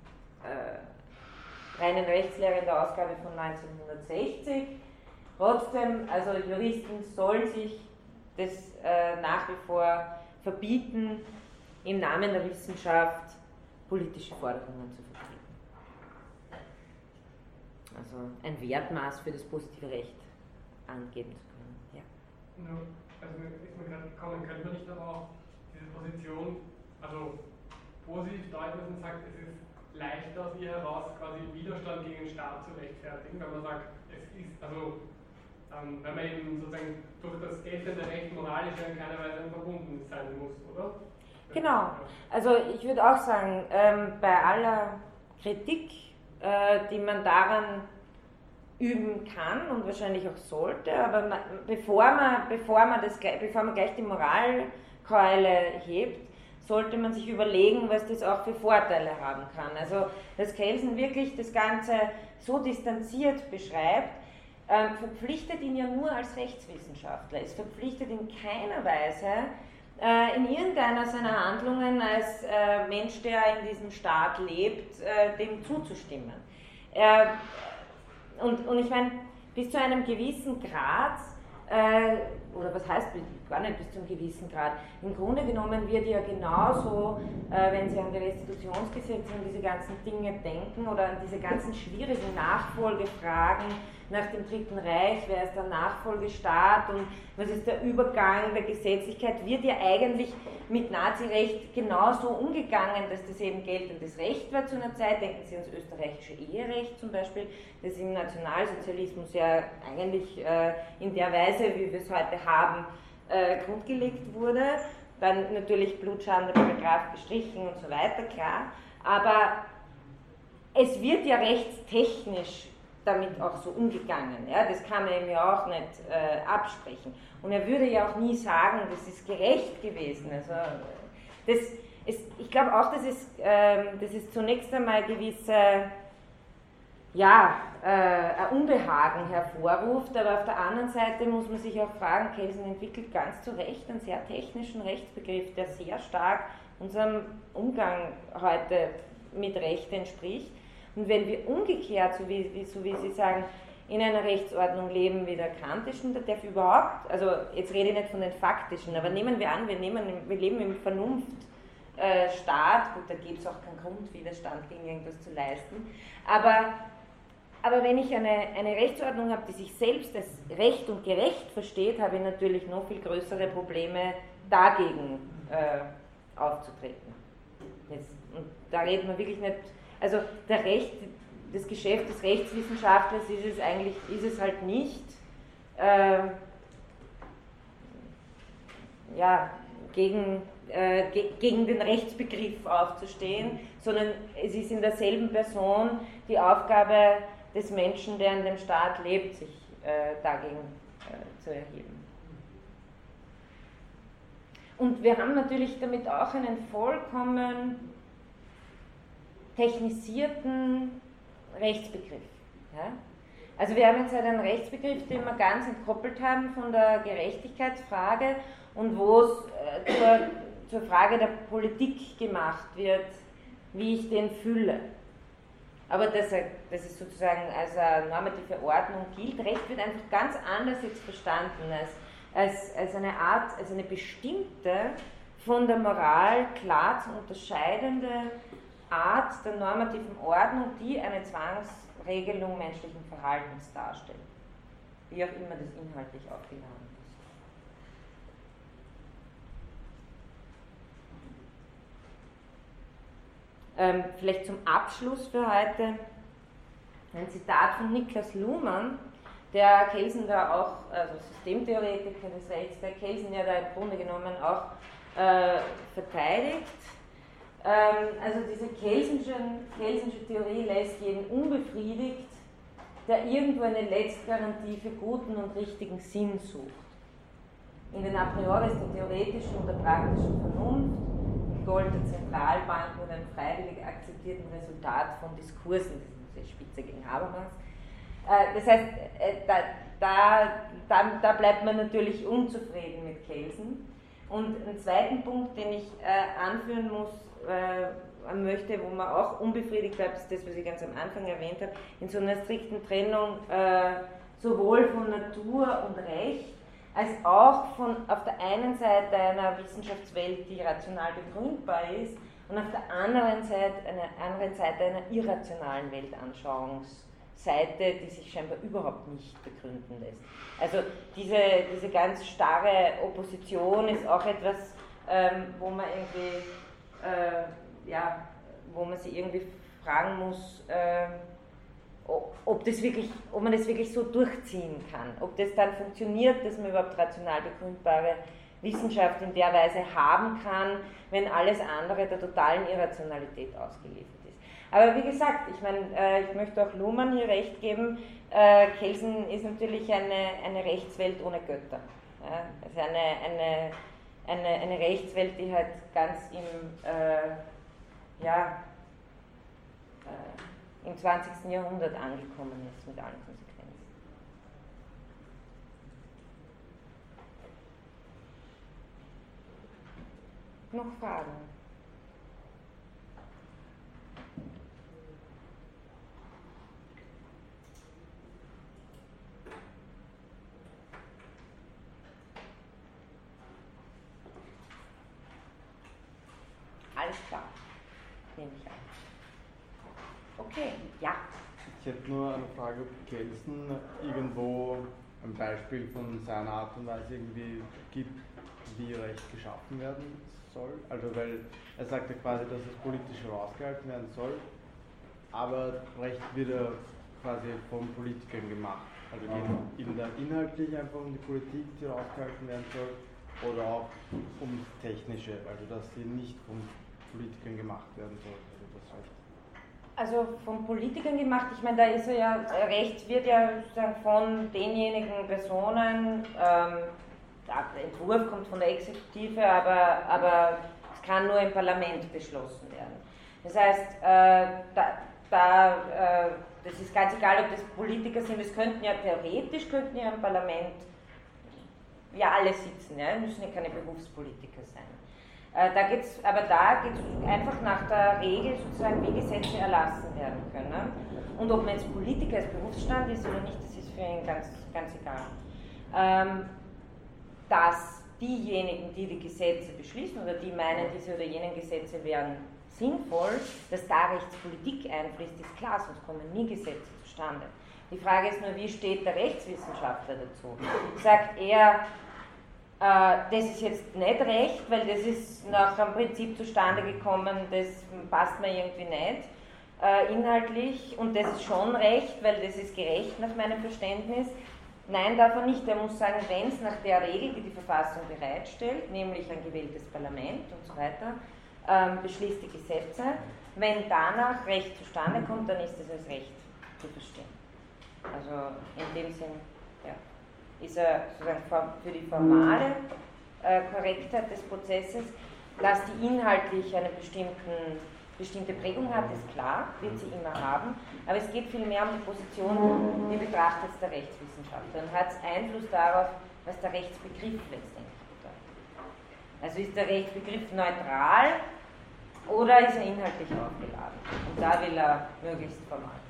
reinen Rechtslehre in der Ausgabe von 1960, trotzdem, also Juristen sollen sich das nach wie vor verbieten, im Namen der Wissenschaft politische Forderungen zu vertreten. Also ein Wertmaß für das positive Recht angeben zu können. Ja. No, also ist mir gerade gekommen, könnte man nicht aber auch diese Position, also positiv deuten, dass man sagt, es ist leichter aus ihr heraus quasi Widerstand gegen den Staat zu rechtfertigen, wenn man sagt, es ist, also wenn man eben sozusagen durch das geltende Recht moralisch in keiner Weise verbunden sein muss, oder? Genau, also ich würde auch sagen, bei aller Kritik, die man daran üben kann und wahrscheinlich auch sollte, aber bevor man gleich die Moralkeule hebt, sollte man sich überlegen, was das auch für Vorteile haben kann. Also, dass Kelsen wirklich das Ganze so distanziert beschreibt, verpflichtet ihn ja nur als Rechtswissenschaftler. Es verpflichtet in keiner Weise in irgendeiner seiner Handlungen als Mensch, der in diesem Staat lebt, dem zuzustimmen. Und ich meine, bis zu einem gewissen Grad, oder was heißt gar nicht bis zu einem gewissen Grad, im Grunde genommen wird ja genauso, wenn Sie an die Restitutionsgesetze und diese ganzen Dinge denken oder an diese ganzen schwierigen Nachfolgefragen nach dem Dritten Reich, wer ist der Nachfolgestaat und was ist der Übergang der Gesetzlichkeit, wird ja eigentlich mit Nazirecht genauso umgegangen, dass das eben geltendes Recht war zu einer Zeit. Denken Sie ans österreichische Eherecht zum Beispiel, das im Nationalsozialismus ja eigentlich in der Weise, wie wir es heute haben, grundgelegt wurde. Dann natürlich blutschadender Paragraph gestrichen und so weiter, klar. Aber es wird ja rechtstechnisch damit auch so umgegangen. Ja? Das kann man ihm ja auch nicht absprechen. Und er würde ja auch nie sagen, das ist gerecht gewesen. Also, ich glaube auch, dass es zunächst einmal gewisse ein Unbehagen hervorruft, aber auf der anderen Seite muss man sich auch fragen, Kelsen entwickelt ganz zu Recht einen sehr technischen Rechtsbegriff, der sehr stark unserem Umgang heute mit Recht entspricht. Und wenn wir umgekehrt, so wie Sie sagen, in einer Rechtsordnung leben wie der kantischen, der darf überhaupt, also jetzt rede ich nicht von den faktischen, aber nehmen wir an, wir leben im Vernunftstaat, gut, da gibt es auch keinen Grundwiderstand gegen irgendwas zu leisten, aber wenn ich eine Rechtsordnung habe, die sich selbst als recht und gerecht versteht, habe ich natürlich noch viel größere Probleme, dagegen aufzutreten. Und da redet man wirklich nicht. Also das Geschäft des Rechtswissenschaftlers ist es halt nicht, gegen den Rechtsbegriff aufzustehen, sondern es ist in derselben Person die Aufgabe des Menschen, der in dem Staat lebt, sich dagegen zu erheben. Und wir haben natürlich damit auch einen vollkommen technisierten Rechtsbegriff. Ja? Also wir haben jetzt halt einen Rechtsbegriff, den wir ganz entkoppelt haben von der Gerechtigkeitsfrage und wo es zur Frage der Politik gemacht wird, wie ich den fülle. Aber dass es sozusagen als eine normative Ordnung gilt, Recht wird einfach ganz anders jetzt verstanden, als eine Art, als eine bestimmte, von der Moral klar zu unterscheidende Art der normativen Ordnung, die eine Zwangsregelung menschlichen Verhaltens darstellt. Wie auch immer das inhaltlich aufgeladen ist. Vielleicht zum Abschluss für heute ein Zitat von Niklas Luhmann, der Kelsen da auch, also Systemtheoretiker des Rechts, der Kelsen ja da im Grunde genommen auch verteidigt. Also diese Kelsensche Theorie lässt jeden unbefriedigt, der irgendwo eine Letztgarantie für guten und richtigen Sinn sucht. In den A prioris der theoretischen und der praktischen Vernunft, die Gold der Zentralbank und einem freiwillig akzeptierten Resultat von Diskursen, das ist die Spitze gegen Habermas. Das heißt, da bleibt man natürlich unzufrieden mit Kelsen. Und einen zweiten Punkt, den ich anführen möchte, wo man auch unbefriedigt bleibt, ist das, was ich ganz am Anfang erwähnt habe, in so einer strikten Trennung sowohl von Natur und Recht, als auch von auf der einen Seite einer Wissenschaftswelt, die rational begründbar ist, und auf der anderen Seite einer irrationalen Weltanschauungsseite, die sich scheinbar überhaupt nicht begründen lässt. Also diese ganz starre Opposition ist auch etwas, wo man irgendwie wo man sich irgendwie fragen muss, ob man das wirklich so durchziehen kann, ob das dann funktioniert, dass man überhaupt rational begründbare Wissenschaft in der Weise haben kann, wenn alles andere der totalen Irrationalität ausgeliefert ist. Aber wie gesagt, ich meine, ich möchte auch Luhmann hier recht geben, Kelsen ist natürlich eine Rechtswelt ohne Götter. Ja? Also eine Rechtswelt, die halt ganz im 20. Jahrhundert angekommen ist, mit allen Konsequenzen. Noch Fragen? Alles klar, nehme ich an. Okay, ja. Ich hätte nur eine Frage, ob Kelsen irgendwo ein Beispiel von seiner Art und Weise irgendwie gibt, wie Recht geschaffen werden soll. Also weil er sagt ja quasi, dass es politisch herausgehalten werden soll, aber Recht wird ja quasi von Politikern gemacht. Also geht es inhaltlich einfach um die Politik, die herausgehalten werden soll, oder auch um das Technische, also dass sie nicht von Politikern gemacht werden soll. Also das Recht. Also von Politikern gemacht, ich meine, da ist Recht wird ja sozusagen von denjenigen Personen, der Entwurf kommt von der Exekutive, aber es kann nur im Parlament beschlossen werden. Das heißt, das ist ganz egal, ob das Politiker sind, es könnten ja theoretisch im Parlament ja alle sitzen, ja, müssen ja keine Berufspolitiker sein. Da geht es einfach nach der Regel sozusagen, wie Gesetze erlassen werden können. Und ob man jetzt Politiker als Berufsstand ist oder nicht, das ist für ihn ganz egal. Dass diejenigen, die die Gesetze beschließen oder die meinen, diese oder jenen Gesetze wären sinnvoll, dass da Rechtspolitik einfließt, ist klar, sonst kommen nie Gesetze zustande. Die Frage ist nur, wie steht der Rechtswissenschaftler dazu? Sagt er, das ist jetzt nicht recht, weil das ist nach einem Prinzip zustande gekommen, das passt mir irgendwie nicht inhaltlich, und das ist schon recht, weil das ist gerecht nach meinem Verständnis. Nein, darf er nicht. Er muss sagen, wenn es nach der Regel, die die Verfassung bereitstellt, nämlich ein gewähltes Parlament und so weiter, beschließt die Gesetze, wenn danach Recht zustande kommt, dann ist das als Recht zu verstehen. Also in dem Sinn, ja, ist er sozusagen für die formale Korrektheit des Prozesses, dass die inhaltlich eine bestimmte Prägung hat, ist klar, wird sie immer haben, aber es geht vielmehr um die Position, die betrachtet der Rechtswissenschaftler, und hat es Einfluss darauf, was der Rechtsbegriff letztendlich bedeutet. Also ist der Rechtsbegriff neutral oder ist er inhaltlich aufgeladen? Und da will er möglichst formal sein.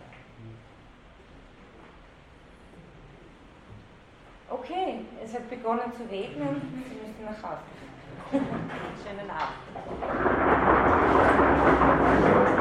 Okay, es hat begonnen zu regnen, Sie müssen nach Hause. Schönen Abend.